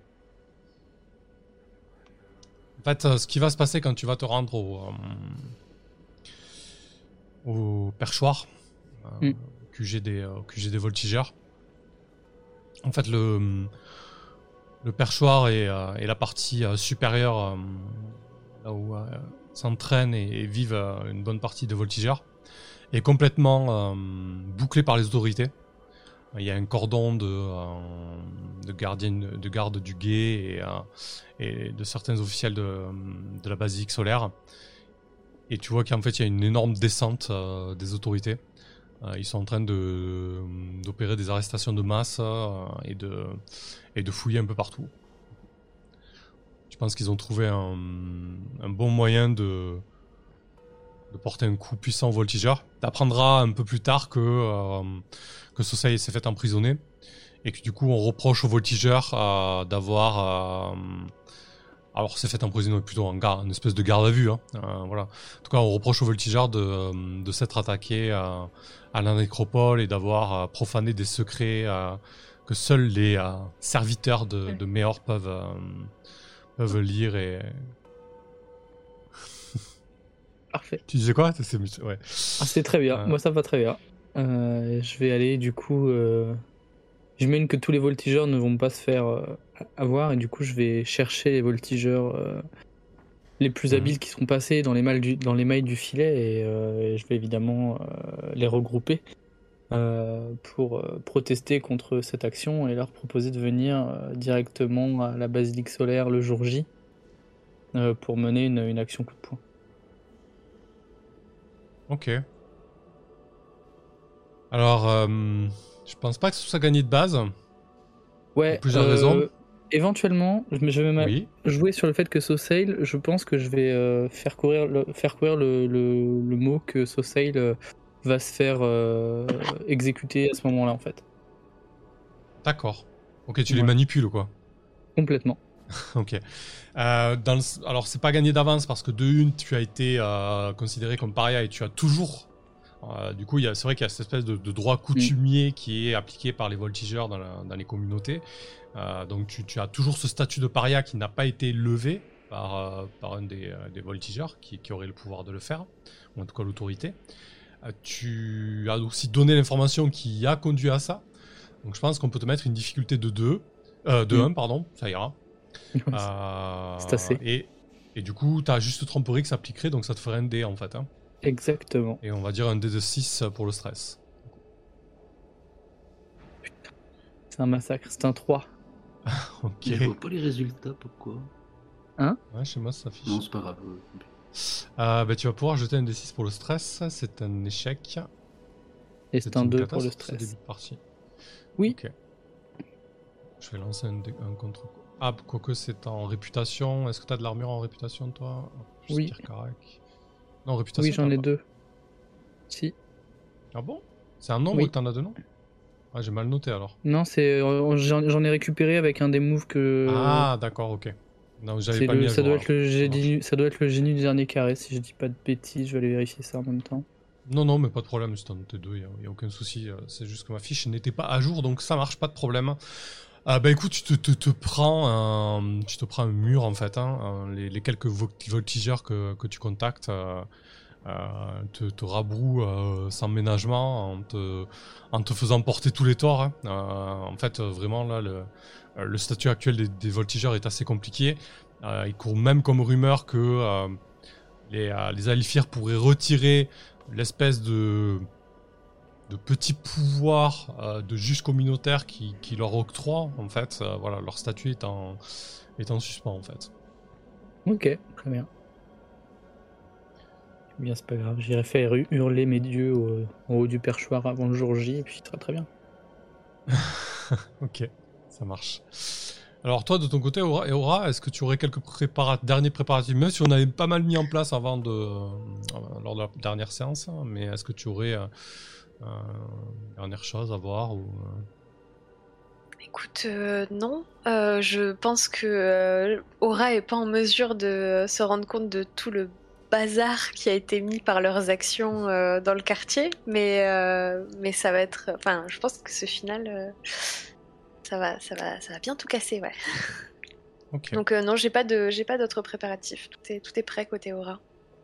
A: En fait, euh, ce qui va se passer quand tu vas te rendre au, euh, au perchoir, euh,
B: Mm.
A: Q G des, euh, Q G des voltigeurs, en fait, le, le perchoir est, euh, est la partie euh, supérieure, euh, là où euh, s'entraînent et, et vivent euh, une bonne partie des voltigeurs, est complètement euh, bouclé par les autorités. Il y a un cordon de, euh, de, gardiens, de garde du guet et, euh, et de certains officiels de, de la basilique solaire. Et tu vois qu'en fait, il y a une énorme descente euh, des autorités. Euh, ils sont en train de, d'opérer des arrestations de masse euh, et, de, et de fouiller un peu partout. Je pense qu'ils ont trouvé un, un bon moyen de, de porter un coup puissant aux voltigeurs. Tu apprendras un peu plus tard que... Euh, que Sosei s'est fait emprisonner et que du coup on reproche aux voltigeurs euh, d'avoir euh, alors s'est fait emprisonner plutôt en garde, une espèce de garde à vue hein. euh, voilà. En tout cas on reproche aux voltigeurs de, de s'être attaqués euh, à la nécropole et d'avoir euh, profané des secrets euh, que seuls les euh, serviteurs de, de Méor peuvent, euh, peuvent lire et...
B: Parfait.
A: Tu disais quoi? C'est, ouais.
B: Ah, c'est très bien.
A: Euh.
B: Moi, ça va très bien. Euh, je vais aller, du coup... Euh... J'imagine que tous les voltigeurs ne vont pas se faire euh, avoir, et du coup, je vais chercher les voltigeurs euh, les plus
A: Mhm.
B: habiles qui seront passés dans les, mailles du, dans les mailles du filet, et, euh, et je vais évidemment euh, les regrouper. euh, pour euh, protester contre cette action et leur proposer de venir euh, directement à la basilique solaire le jour J euh, pour mener une, une action coup de poing.
A: Ok. Alors, euh, je pense pas que ce soit gagné de base.
B: Ouais,
A: Pour plusieurs
B: euh,
A: raisons.
B: Éventuellement, je je vais m'a-
A: Oui.
B: jouer sur le fait que Sosail, je pense que je vais euh, faire courir, le, faire courir le, le, le mot que Sosail euh, va se faire euh, exécuter à ce moment-là, en fait.
A: D'accord. Ok, tu les
B: Ouais.
A: manipules, quoi.
B: Complètement.
A: Ok. Euh, dans le- Alors, c'est pas gagné d'avance parce que de une, tu as été euh, considéré comme paria et tu as toujours. euh, du coup, il y a- c'est vrai qu'il y a cette espèce de, de droit coutumier qui est appliqué par les voltigeurs dans, la- dans les communautés. Euh, donc, tu, tu as toujours ce statut de paria qui n'a pas été levé par, euh, par un des, euh, des voltigeurs qui, qui aurait le pouvoir de le faire, ou en tout cas l'autorité. Euh, tu as aussi donné l'information qui a conduit à ça. Donc, je pense qu'on peut te mettre une difficulté de deux, euh, de
B: Mm.
A: un, pardon, ça ira. Euh,
B: C'est assez.
A: Et, et du coup, tu as juste tromperie que ça appliquerait, donc ça te ferait un dé en fait. Hein.
B: Exactement.
A: Et on va dire un dé de six pour le stress.
B: C'est un massacre, c'est un trois.
A: Ok.
C: Je vois pas les résultats, pourquoi?
A: Ouais, chez moi ça s'affiche.
C: Non, c'est pas grave.
A: Euh, bah, tu vas pouvoir jeter un dé six pour le stress, c'est un échec.
B: Et c'est un
A: une
B: deux pour le
A: catastrophe, ce début
B: stress.
A: de partie.
B: Oui.
A: Ok. Je vais lancer un, dé- un contre. Ah, quoique c'est en réputation. Est-ce que tu as de l'armure en réputation, toi? Je
B: Oui.
A: tire carac. Non, en réputation.
B: Oui, j'en
A: t'as
B: ai
A: pas.
B: deux. Si.
A: Ah bon? C'est un nombre
B: Oui.
A: que t'en as deux noms? Ah, j'ai mal noté alors.
B: Non, c'est euh, j'en j'en ai récupéré avec un des moves que.
A: Ah, d'accord, ok. Non, j'avais
B: c'est
A: pas
B: le,
A: mis à
B: ça,
A: jour.
B: doit
A: alors.
B: être le
A: Ça
B: génie,
A: marche.
B: ça doit être le génie du dernier carré, si je dis pas de bêtises, je vais aller vérifier ça en même temps.
A: Non, non, mais pas de problème, c'est un de tes deux, il n'y a, aucun souci. euh, C'est juste que ma fiche n'était pas à jour, donc ça marche, pas de problème. Ah bah écoute, tu te, te, te prends un, tu te prends un mur en fait. Hein, euh, les, les quelques vo- voltigeurs que, que tu contactes euh, euh, te, te rabrouent euh, sans ménagement en te, en te faisant porter tous les torts. Hein. Euh, en fait, euh, vraiment là, le, euh, le statut actuel des, des voltigeurs est assez compliqué. Euh, il court même comme rumeur que euh, les, euh, les Alifir pourraient retirer l'espèce de de petits pouvoirs euh, de juge communautaire qui, qui leur octroient, en fait, euh, voilà, leur statut est en, est en suspens, en fait.
B: Ok, très bien. Bien, c'est pas grave, j'irai faire hu- hurler mes dieux au, en haut du perchoir avant le jour J, et puis ce sera très bien.
A: Ok, ça marche. Alors toi, de ton côté, Aura, et Aura, est-ce que tu aurais quelques prépara- derniers préparatifs, même si on avait pas mal mis en place avant de, euh, lors de la dernière séance, hein, mais est-ce que tu aurais euh, euh, dernière chose à voir ou, euh,
D: Écoute, euh, non. Euh, je pense que euh, Aura est pas en mesure de se rendre compte de tout le bazar qui a été mis par leurs actions euh, dans le quartier, mais euh, mais ça va être. Enfin, je pense que ce final, euh, ça va, ça va, ça va bien tout casser, ouais.
A: Ok,
D: Donc euh, non, j'ai pas de, j'ai pas d'autres préparatifs. Tout est, tout est prêt côté Aura.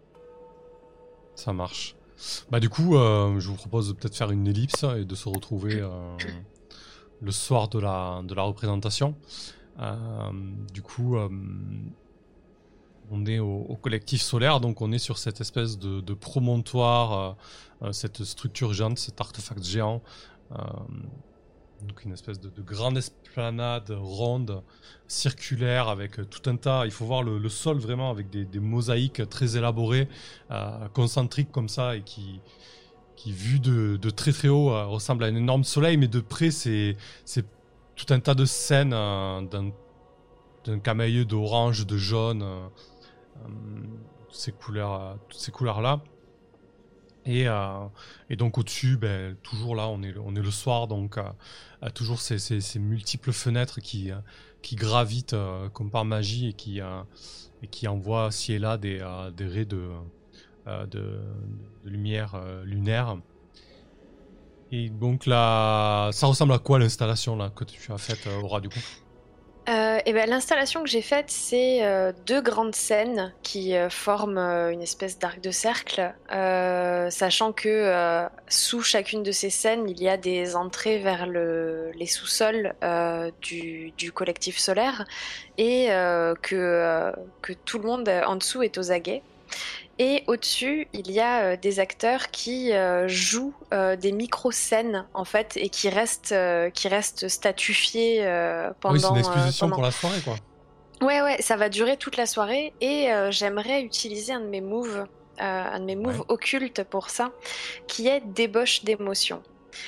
A: ça marche. Bah du coup, euh, je vous propose de peut-être faire une ellipse et de se retrouver euh, le soir de la, de la représentation. Euh, du coup, euh, on est au, au collectif solaire, donc on est sur cette espèce de, de promontoire, euh, euh, cette structure géante, cet artefact géant. Euh, donc une espèce de, de grande esplanade ronde, circulaire, avec euh, tout un tas. Il faut voir le, le sol vraiment avec des, des mosaïques très élaborées, euh, concentriques comme ça, et qui, qui vu de, de très très haut, euh, ressemble à un énorme soleil, mais de près, c'est, c'est tout un tas de scènes euh, d'un, d'un camailleux d'orange, de jaune, euh, euh, toutes ces couleurs, euh, toutes ces couleurs-là. Et, euh, et donc au-dessus, ben, toujours là, on est, on est le soir, donc euh, euh, toujours ces, ces, ces multiples fenêtres qui, euh, qui gravitent euh, comme par magie et qui, euh, et qui envoient ci et là des, euh, des raies de, euh, de, de lumière euh, lunaire. Et donc là, ça ressemble à quoi l'installation là, que tu as faite, euh, Aura, du coup?
D: Euh, et ben, l'installation que j'ai faite, c'est euh, deux grandes scènes qui euh, forment euh, une espèce d'arc de cercle, euh, sachant que euh, sous chacune de ces scènes, il y a des entrées vers le, les sous-sols euh, du, du collectif solaire, et euh, que, euh, que tout le monde en dessous est aux aguets. Et au-dessus, il y a euh, des acteurs qui euh, jouent euh, des micro-scènes, en fait, et qui restent, euh, qui restent statufiés euh, pendant...
A: Oui, c'est une exposition
D: euh, pendant...
A: pour la soirée, quoi.
D: Ouais, ouais, ça va durer toute la soirée, et euh, j'aimerais utiliser un de mes moves, euh, un de mes moves
A: Ouais.
D: occultes pour ça, qui est débauche d'émotion.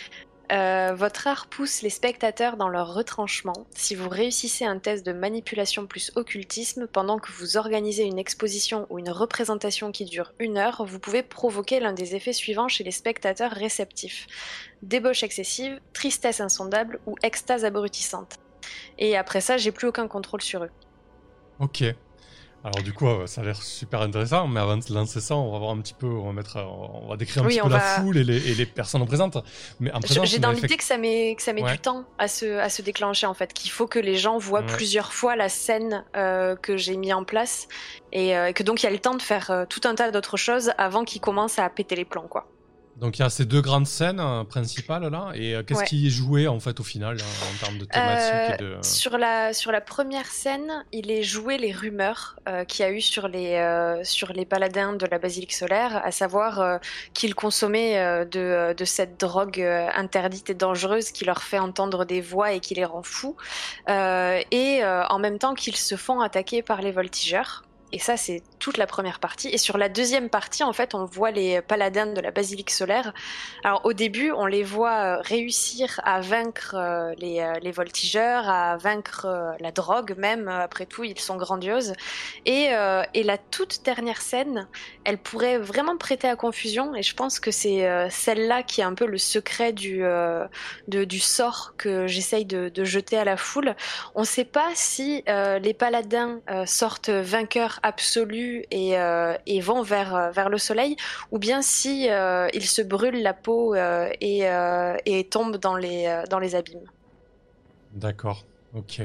D: Euh, votre art pousse les spectateurs dans leur retranchement. Si vous réussissez un test de manipulation plus occultisme pendant que vous organisez une exposition ou une représentation qui dure une heure, vous pouvez provoquer l'un des effets suivants chez les spectateurs réceptifs. Débauche excessive, tristesse insondable ou extase abrutissante. Et après ça, j'ai plus aucun contrôle sur eux.
A: Ok. Alors du coup, euh, ça a l'air super intéressant, mais avant de lancer ça, on va voir un petit peu, on va mettre, euh, on va décrire un
D: Oui,
A: petit
D: on
A: peu la
D: va-
A: foule et les, et les personnes présentes. Mais en présence,
D: J'ai
A: on
D: dans
A: a
D: l'idée
A: effect-
D: que ça met, que ça met
A: Ouais.
D: du temps à se, à se déclencher en fait, qu'il faut que les gens voient
A: Ouais.
D: plusieurs fois la scène euh, que j'ai mis en place et euh, que donc il y a le temps de faire euh, tout un tas d'autres choses avant qu'ils commencent à péter les plombs quoi.
A: Donc il y a ces deux grandes scènes euh, principales là, et euh, qu'est-ce
D: Ouais.
A: qui est joué en fait au final hein, en termes de thématique et de.
D: Euh, sur la sur la première scène, il est joué les rumeurs euh, qu'il y a eu sur les euh, sur les paladins de la basilique solaire, à savoir euh, qu'ils consommaient euh, de de cette drogue euh, interdite et dangereuse qui leur fait entendre des voix et qui les rend fous, euh, et euh, en même temps qu'ils se font attaquer par les voltigeurs. Et ça, c'est toute la première partie. Et sur la deuxième partie, en fait, on voit les paladins de la basilique solaire. Alors, au début, on les voit euh, réussir à vaincre euh, les, euh, les voltigeurs, à vaincre euh, la drogue même. Après tout, ils sont grandioses. Et, euh, et la toute dernière scène, elle pourrait vraiment prêter à confusion. Et je pense que c'est euh, celle-là qui est un peu le secret du, euh, de, du sort que j'essaye de, de jeter à la foule. On ne sait pas si euh, les paladins euh, sortent vainqueurs absolus et, euh, et vont vers, euh, vers le soleil, ou bien si euh, ils se brûlent la peau euh, et, euh, et tombent dans les, euh, dans les abîmes.
A: D'accord. Ok.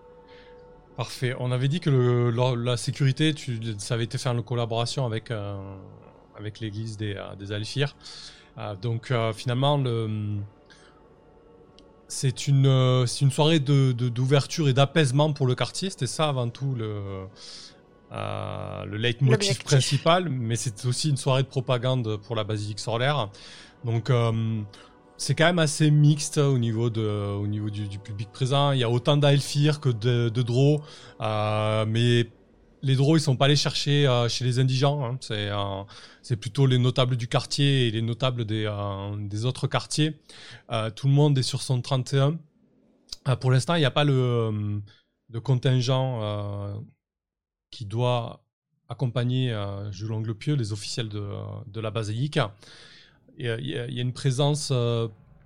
A: Parfait. On avait dit que le, la, la sécurité, tu, ça avait été fait en collaboration avec euh, avec l'église des euh, des Alphir. Euh, donc euh, finalement le C'est une, euh, c'est une soirée de, de- d'ouverture et d'apaisement pour le quartier. C'était ça avant tout le, euh, le leitmotiv
D: L'objectif.
A: principal, mais c'est aussi une soirée de propagande pour la basilique solaire. Donc euh, c'est quand même assez mixte au niveau, de, au niveau du, du public présent. Il y a autant d'Aelfir que de, de Drow, euh, mais les Drow ils sont pas allés chercher euh, chez les indigents. Hein. C'est, euh, c'est plutôt les notables du quartier et les notables des, euh, des autres quartiers. Euh, tout le monde est sur son trente et un. Euh, pour l'instant, il n'y a pas le, euh, le contingent euh, qui doit accompagner euh, Jules Anglepieux, les officiels de, de la basilique. Il y, y, y a une présence euh,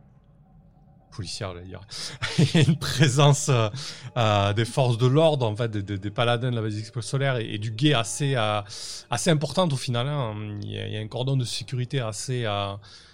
A: policière, j'allais dire. Il y a une présence euh, euh, des forces de l'ordre, en fait, des, des, des paladins de la basilique solaire et, et du guet assez, euh, assez importante au final. Hein. Il, y a, il y a un cordon de sécurité assez, euh,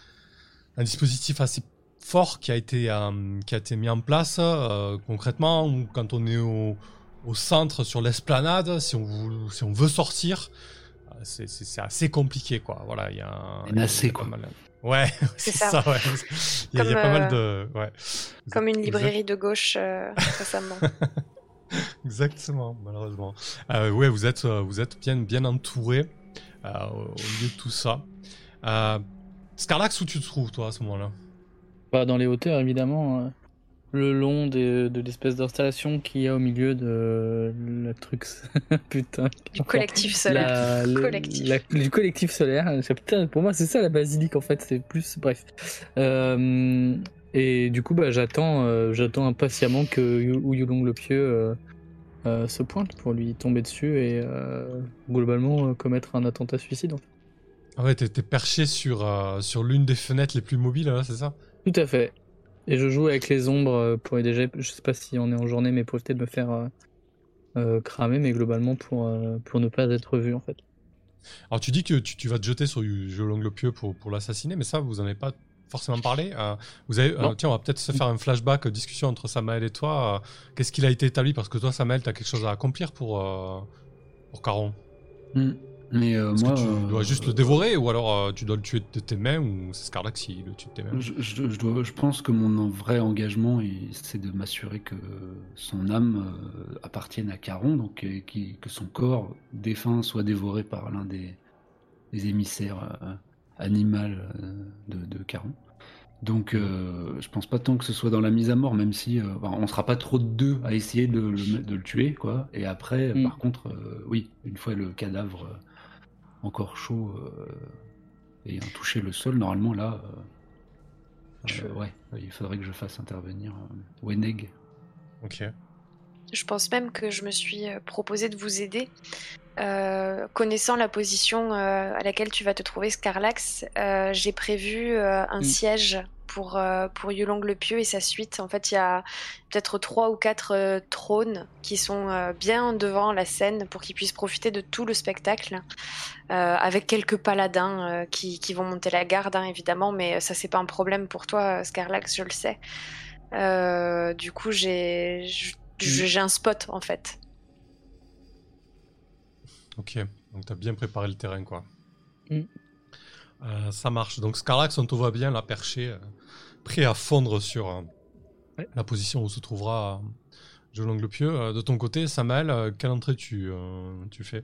A: un dispositif assez fort qui a été, euh, qui a été mis en place. Euh, concrètement, quand on est au, au centre sur l'esplanade, si on, veut, si on veut sortir, c'est, c'est, c'est assez compliqué, quoi. Voilà, il y a un,
C: Un assez,
A: il y a
C: quoi.
A: pas mal. Ouais, c'est,
D: C'est ça.
A: ça. Ouais. Il y a, il y a
D: Comme,
A: pas mal
D: euh,
A: de. Ouais.
D: Comme une
A: Exact-
D: librairie de gauche euh, récemment.
A: Exactement, malheureusement. Euh, ouais, vous êtes, euh, vous êtes bien, bien entouré euh, au, au milieu de tout ça. Euh, Scarlax, où tu te trouves, toi, à ce moment-là?
B: Bah, dans les hauteurs, évidemment, euh, le long de, de l'espèce d'installation qu'il y a au milieu de le truc. Putain.
D: Du collectif solaire.
B: La- le-
D: Collectif.
B: la- du collectif solaire. Putain, pour moi, c'est ça la basilique en fait. C'est plus. Bref. Euh, et du coup, bah, j'attends, euh, j'attends impatiemment que Yu- Yulong le Pieux euh, euh, se pointe pour lui tomber dessus et euh, globalement euh, commettre un attentat suicide. En fait.
A: Ah ouais, t'es, t'es perché sur, euh, sur l'une des fenêtres les plus mobiles, là, c'est ça?
B: Tout à fait. Et je joue avec les ombres euh, pour déjà, je sais pas si on est en journée, mais pour éviter de me faire euh, euh, cramer, mais globalement pour, euh, pour ne pas être vu en fait.
A: Alors tu dis que tu, tu vas te jeter sur Jolong le Pieux pour, pour l'assassiner, mais ça, vous en avez pas forcément parlé. Euh, vous avez, euh,
B: Non.
A: tiens, on va peut-être se faire un flashback, euh, discussion entre Samael et toi. Euh, qu'est-ce qu'il a été établi? Parce que toi, Samael, t'as quelque chose à accomplir pour, euh, pour Caron.
C: Hmm. Mais euh,
A: Est-ce
C: moi,
A: que tu
C: euh,
A: dois juste le dévorer, ou alors euh, tu dois le tuer de tes mains, ou c'est Scarlax qui le tue de tes mains?
C: Je, je, je dois, je pense que mon vrai engagement, il- c'est de m'assurer que son âme euh, appartienne à Caron, donc euh, qui- que son corps défunt soit dévoré par l'un des, les émissaires euh, animales euh, de, de Caron. Donc, euh, je pense pas tant que ce soit dans la mise à mort, même si euh, enfin, on sera pas trop de deux à essayer de le, de le tuer, quoi. Et après,
B: Mm.
C: par contre, euh, oui, une fois le cadavre euh, encore chaud euh, ayant touché le sol, normalement là, euh,
B: Je-
C: euh, ouais, il faudrait que je fasse intervenir euh, Weneg.
A: Ok.
D: Je pense même que je me suis euh, proposé de vous aider. Euh, connaissant la position euh, à laquelle tu vas te trouver, Scarlax, euh, j'ai prévu euh, un
B: Mm.
D: siège pour, euh, pour Yulong le Pieux et sa suite. En fait, il y a peut-être trois ou quatre euh, trônes qui sont euh, bien devant la scène pour qu'ils puissent profiter de tout le spectacle, euh, avec quelques paladins euh, qui, qui vont monter la garde, hein, évidemment, mais ça, c'est pas un problème pour toi, Scarlax, je le sais. Euh, du coup, j'ai, j'ai un spot, en fait.
A: Ok. Donc t'as bien préparé le terrain, quoi.
B: Mm.
A: Euh, ça marche. Donc Scarlax, on te voit bien là perché, euh, prêt à fondre sur euh,
B: Ouais.
A: la position où se trouvera euh, Yulong le Pieux. Euh, de ton côté, Samael, euh, quelle entrée tu, euh, tu fais?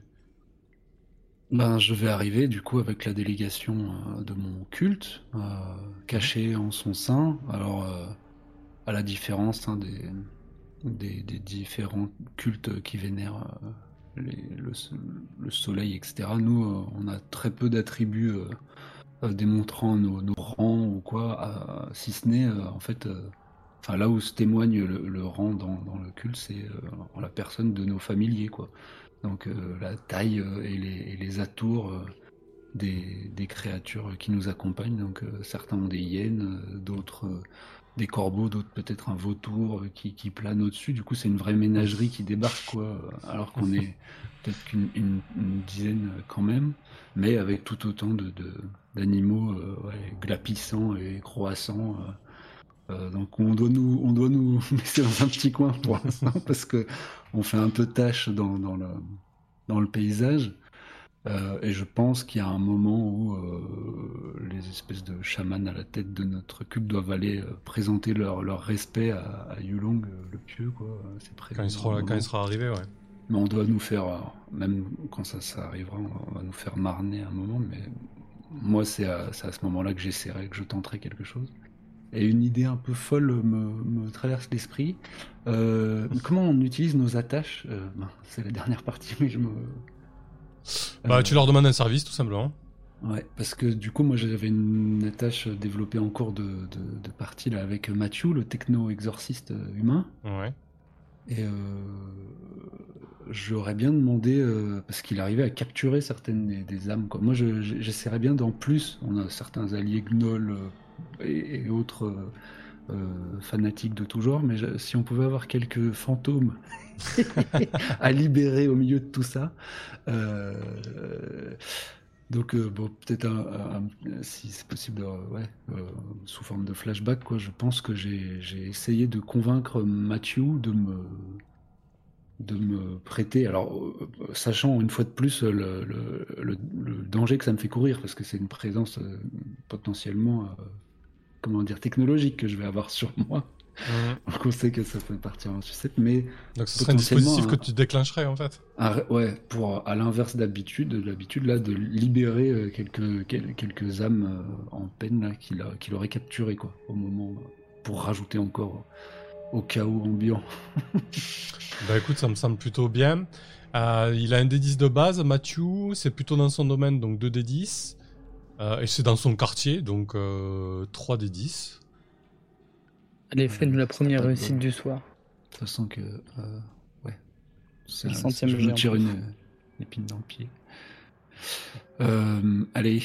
C: Ben, je vais arriver du coup avec la délégation euh, de mon culte, euh, cachée en son sein. Alors, euh, à la différence hein, des, des, des différents cultes qui vénèrent euh, les- le, le soleil, et cetera. Nous, euh, on a très peu d'attributs euh, euh, démontrant nos, nos rangs ou quoi, euh, si ce n'est euh, en fait, euh, enfin là où se témoigne le, le rang dans, dans le culte, c'est euh, en la personne de nos familiers, quoi. Donc euh, la taille euh, et, les, et les atours euh, des, des créatures qui nous accompagnent. Donc euh, certains ont des hyènes, euh, d'autres euh, des corbeaux, d'autres peut-être un vautour euh, qui, qui plane au-dessus. Du coup, c'est une vraie ménagerie qui débarque, quoi. euh, Alors qu'on est peut-être qu'une une, une dizaine euh, quand même, mais avec tout autant de, de- d'animaux euh, ouais, glapissants et croissants. euh, euh, donc on doit nous, on doit nous laisser dans un petit coin pour l'instant parce que on fait un peu tâche dans, dans le, dans le paysage. Euh, et je pense qu'il y a un moment où euh, les espèces de chamans à la tête de notre culte doivent aller euh, présenter leur, leur respect à, à Yulong euh, le Pieux, quoi. C'est prévu
A: Quand il
C: dans
A: sera,
C: un
A: quand il
C: moment.
A: sera arrivé, ouais.
C: Mais on doit nous faire, euh, même quand ça, ça arrivera, on va nous faire marner un moment. Mais moi, c'est à, c'est à ce moment-là que j'essaierai, que je tenterai quelque chose. Et une idée un peu folle me, me traverse l'esprit. Euh, comment on utilise nos attaches Euh, ben, c'est la dernière partie, mais je me.
A: Bah,
C: Euh,
A: tu leur demandes un service, tout simplement.
C: Ouais, parce que du coup, moi j'avais une attache développée en cours de, de, de partie là, avec Mathieu, le techno-exorciste humain.
A: Ouais.
C: Et euh, j'aurais bien demandé, euh, parce qu'il arrivait à capturer certaines des, des âmes, quoi. Moi je- je- j'essaierais bien d'en plus, on a certains alliés gnolls euh, et, et autres euh, euh, fanatiques de tout genre, mais je- si on pouvait avoir quelques fantômes à libérer au milieu de tout ça. euh, donc euh, bon, peut-être un, un- un- si c'est possible, euh, ouais, euh, sous forme de flashback, quoi. Je pense que j'ai j'ai essayé de convaincre Mathieu de me de me prêter. Alors, euh, sachant une fois de plus le, le- le- le danger que ça me fait courir, parce que c'est une présence euh, potentiellement, euh, comment dire, technologique que je vais avoir sur moi.
A: Mhm.
C: Donc on sait que ça peut partir en sucette, mais
A: Donc ce serait un
C: potentiellement
A: dispositif
C: un-
A: que tu déclencherais, en fait.
C: un- ouais, pour à l'inverse d'habitude, de l'habitude là, de libérer euh, quelques quel- quelques âmes euh, en peine là qu'il a qu'il aurait capturé quoi, au moment euh, pour rajouter encore au chaos ambiant.
A: Bah écoute, ça me semble plutôt bien. Euh, il a un D dix de base, Mathieu, c'est plutôt dans son domaine, donc deux D dix. Euh, et c'est dans son quartier, donc euh, trois D dix.
B: Allez, fais-nous la
C: Ça
B: première
C: pas de
B: réussite
C: bol.
B: du soir.
C: De toute façon que euh, ouais,
B: C'est le
C: ça-
B: centième
C: je
B: jet
C: me
B: en
C: tire
B: plus.
C: une, une épine dans le pied. Euh, allez.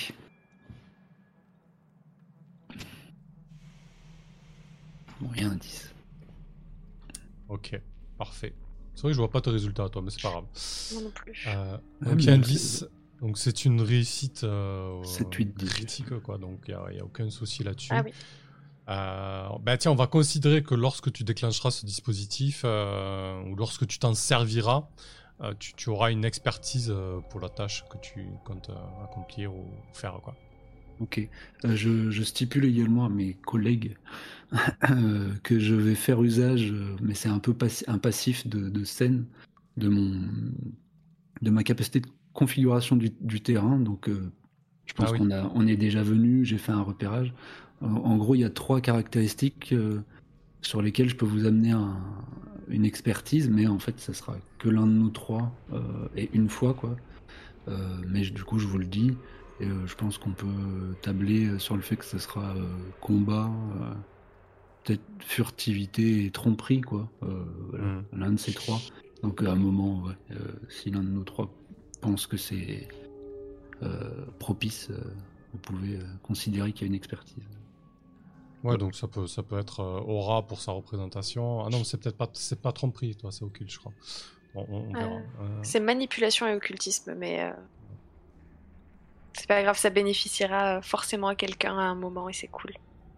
C: Bon, rien un dix.
A: Ok, parfait. C'est vrai que je vois pas tes résultats, toi, mais c'est pas grave.
D: Moi non plus.
A: Euh,
C: Ouais,
A: donc il y
C: mais
A: a un
C: donc,
A: dix, donc c'est une réussite euh,
C: sept, huit, dix.
A: critique, quoi, donc il n'y a, a aucun souci là-dessus.
D: Ah oui.
A: Euh, bah tiens, on va considérer que lorsque tu déclencheras ce dispositif, euh, ou lorsque tu t'en serviras, euh, tu, tu auras une expertise euh, pour la tâche que tu comptes euh, accomplir ou faire, quoi.
C: Ok. Euh, je, je stipule également à mes collègues euh, que je vais faire usage, euh, mais c'est un peu passi- un passif de, de scène, de mon de ma capacité de configuration du, du terrain. Donc, euh, Je pense
A: Ah oui.
C: qu'on a, on est déjà venu, j'ai fait un repérage. En, en gros, il y a trois caractéristiques euh, sur lesquelles je peux vous amener un, une expertise, mais en fait, ça sera que l'un de nous trois euh, et une fois, quoi. Euh, mais du coup, je vous le dis, et euh, je pense qu'on peut tabler sur le fait que ce sera euh, combat, euh, peut-être furtivité et tromperie, quoi. Euh, voilà,
A: Mm.
C: l'un de ces trois. Donc, à un moment, ouais, euh, si l'un de nous trois pense que c'est euh, propice, euh, vous pouvez euh, considérer qu'il y a une expertise.
A: Ouais, donc ça peut, ça peut être euh, aura pour sa représentation. Ah non, c'est peut-être pas, c'est pas tromperie, toi, c'est occulte, je crois. Bon, on, on verra.
D: Euh,
A: Euh,
D: C'est manipulation et occultisme, mais euh, c'est pas grave, ça bénéficiera forcément à quelqu'un à un moment et c'est cool.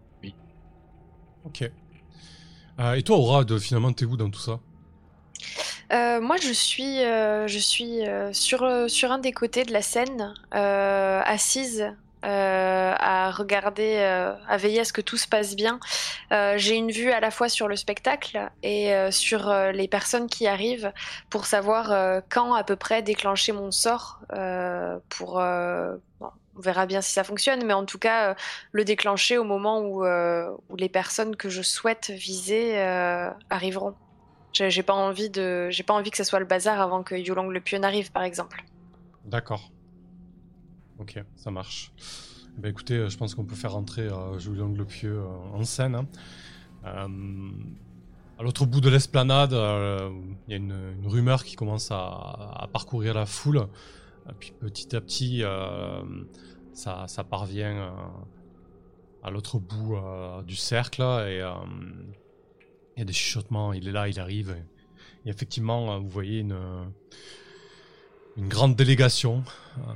A: Ok. Euh, et toi, Aura, de, finalement, t'es où dans tout ça?
D: Euh, moi, je suis, euh, je suis euh, sur, euh, sur un des côtés de la scène, euh, assise, euh, à regarder, euh, à veiller à ce que tout se passe bien. Euh, j'ai une vue à la fois sur le spectacle et euh, sur euh, les personnes qui arrivent pour savoir euh, quand à peu près déclencher mon sort. Euh, pour, euh, bon, on verra bien si ça fonctionne, mais en tout cas, euh, le déclencher au moment où, euh, où les personnes que je souhaite viser euh, arriveront. J'ai j'ai pas envie de, j'ai pas envie que ce soit le bazar avant que Yulong le Pieux n'arrive, par exemple.
A: D'accord. Ok, ça marche. Ben écoutez, euh, je pense qu'on peut faire rentrer euh, Julien Le Pieux euh, en scène. Hein. Euh, à l'autre bout de l'esplanade, euh, il y a une, une rumeur qui commence à, à parcourir la foule. Et puis petit à petit, euh, ça, ça parvient euh, à l'autre bout euh, du cercle. Et euh, il y a des chuchotements, il est là, il arrive. Et, et effectivement, vous voyez une, une grande délégation euh,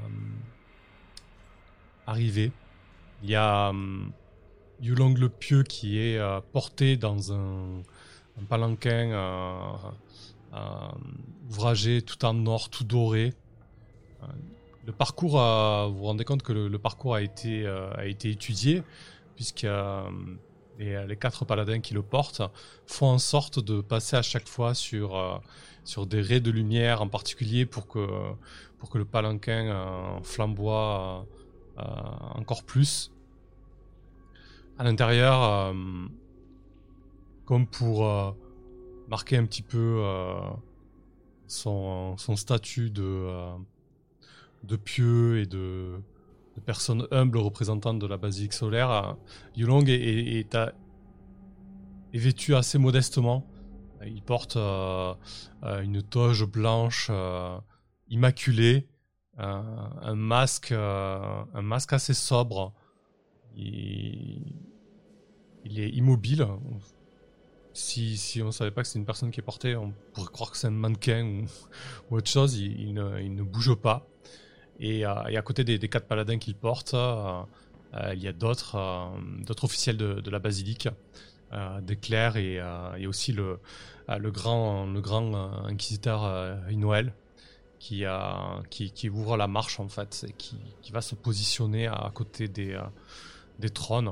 A: arriver. Il y a um, Yulong le Pieux qui est euh, porté dans un, un palanquin euh, euh, ouvragé tout en or, tout doré. Euh, le parcours, a, vous vous rendez compte que le, le parcours a été, euh, a été étudié, puisque euh, les, les quatre paladins qui le portent font en sorte de passer à chaque fois sur, euh, sur des raies de lumière en particulier pour que, pour que le palanquin euh, flamboie euh, encore plus. À l'intérieur, euh, comme pour euh, marquer un petit peu euh, son, son statut de, euh, de pieux et de, de personne humble représentant de la basilique solaire, euh, Yulong est, est, est, à, est vêtu assez modestement. Il porte euh, euh, une toge blanche euh, immaculée, euh, un masque, euh, un masque assez sobre. Il, il est immobile. Si, si on ne savait pas que c'est une personne qui est portée, on pourrait croire que c'est un mannequin ou, ou autre chose. Il, il, ne, il ne bouge pas. Et, euh, et à côté des, des quatre paladins qu'il porte, euh, euh, il y a d'autres, euh, d'autres officiels de, de la basilique, euh, des clercs et, euh, et aussi le, euh, le grand, le grand euh, inquisiteur euh, Inoël qui, euh, qui, qui ouvre la marche en fait et qui, qui va se positionner à, à côté des, euh, des trônes.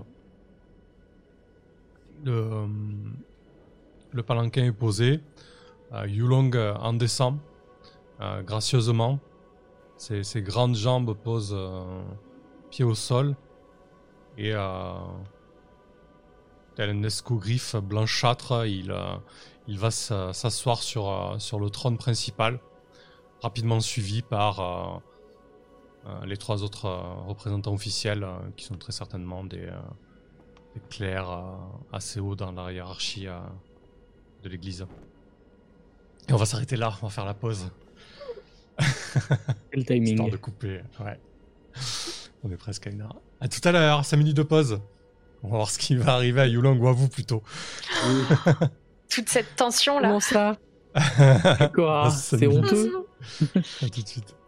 A: Le, le palanquin est posé. Euh, Yulong en descend euh, gracieusement. Ses, ses grandes jambes posent euh, pied au sol. Et euh, tel un escogriffe blanchâtre, il, euh, il va s'asseoir sur, euh, sur le trône principal, rapidement suivi par euh, euh, les trois autres euh, représentants officiels euh, qui sont très certainement des, euh, des clercs euh, assez hauts dans la hiérarchie euh, de l'église. Et on va s'arrêter là, on va faire la pause.
B: Quel timing.
A: Histoire de couper, ouais. On est presque à une heure. À tout à l'heure, cinq minutes de pause. On va voir ce qui va arriver à Yulong ou à vous plutôt.
D: Toute cette tension là.
B: Comment ça? Quoi? C'est honteux.
A: À tout de suite.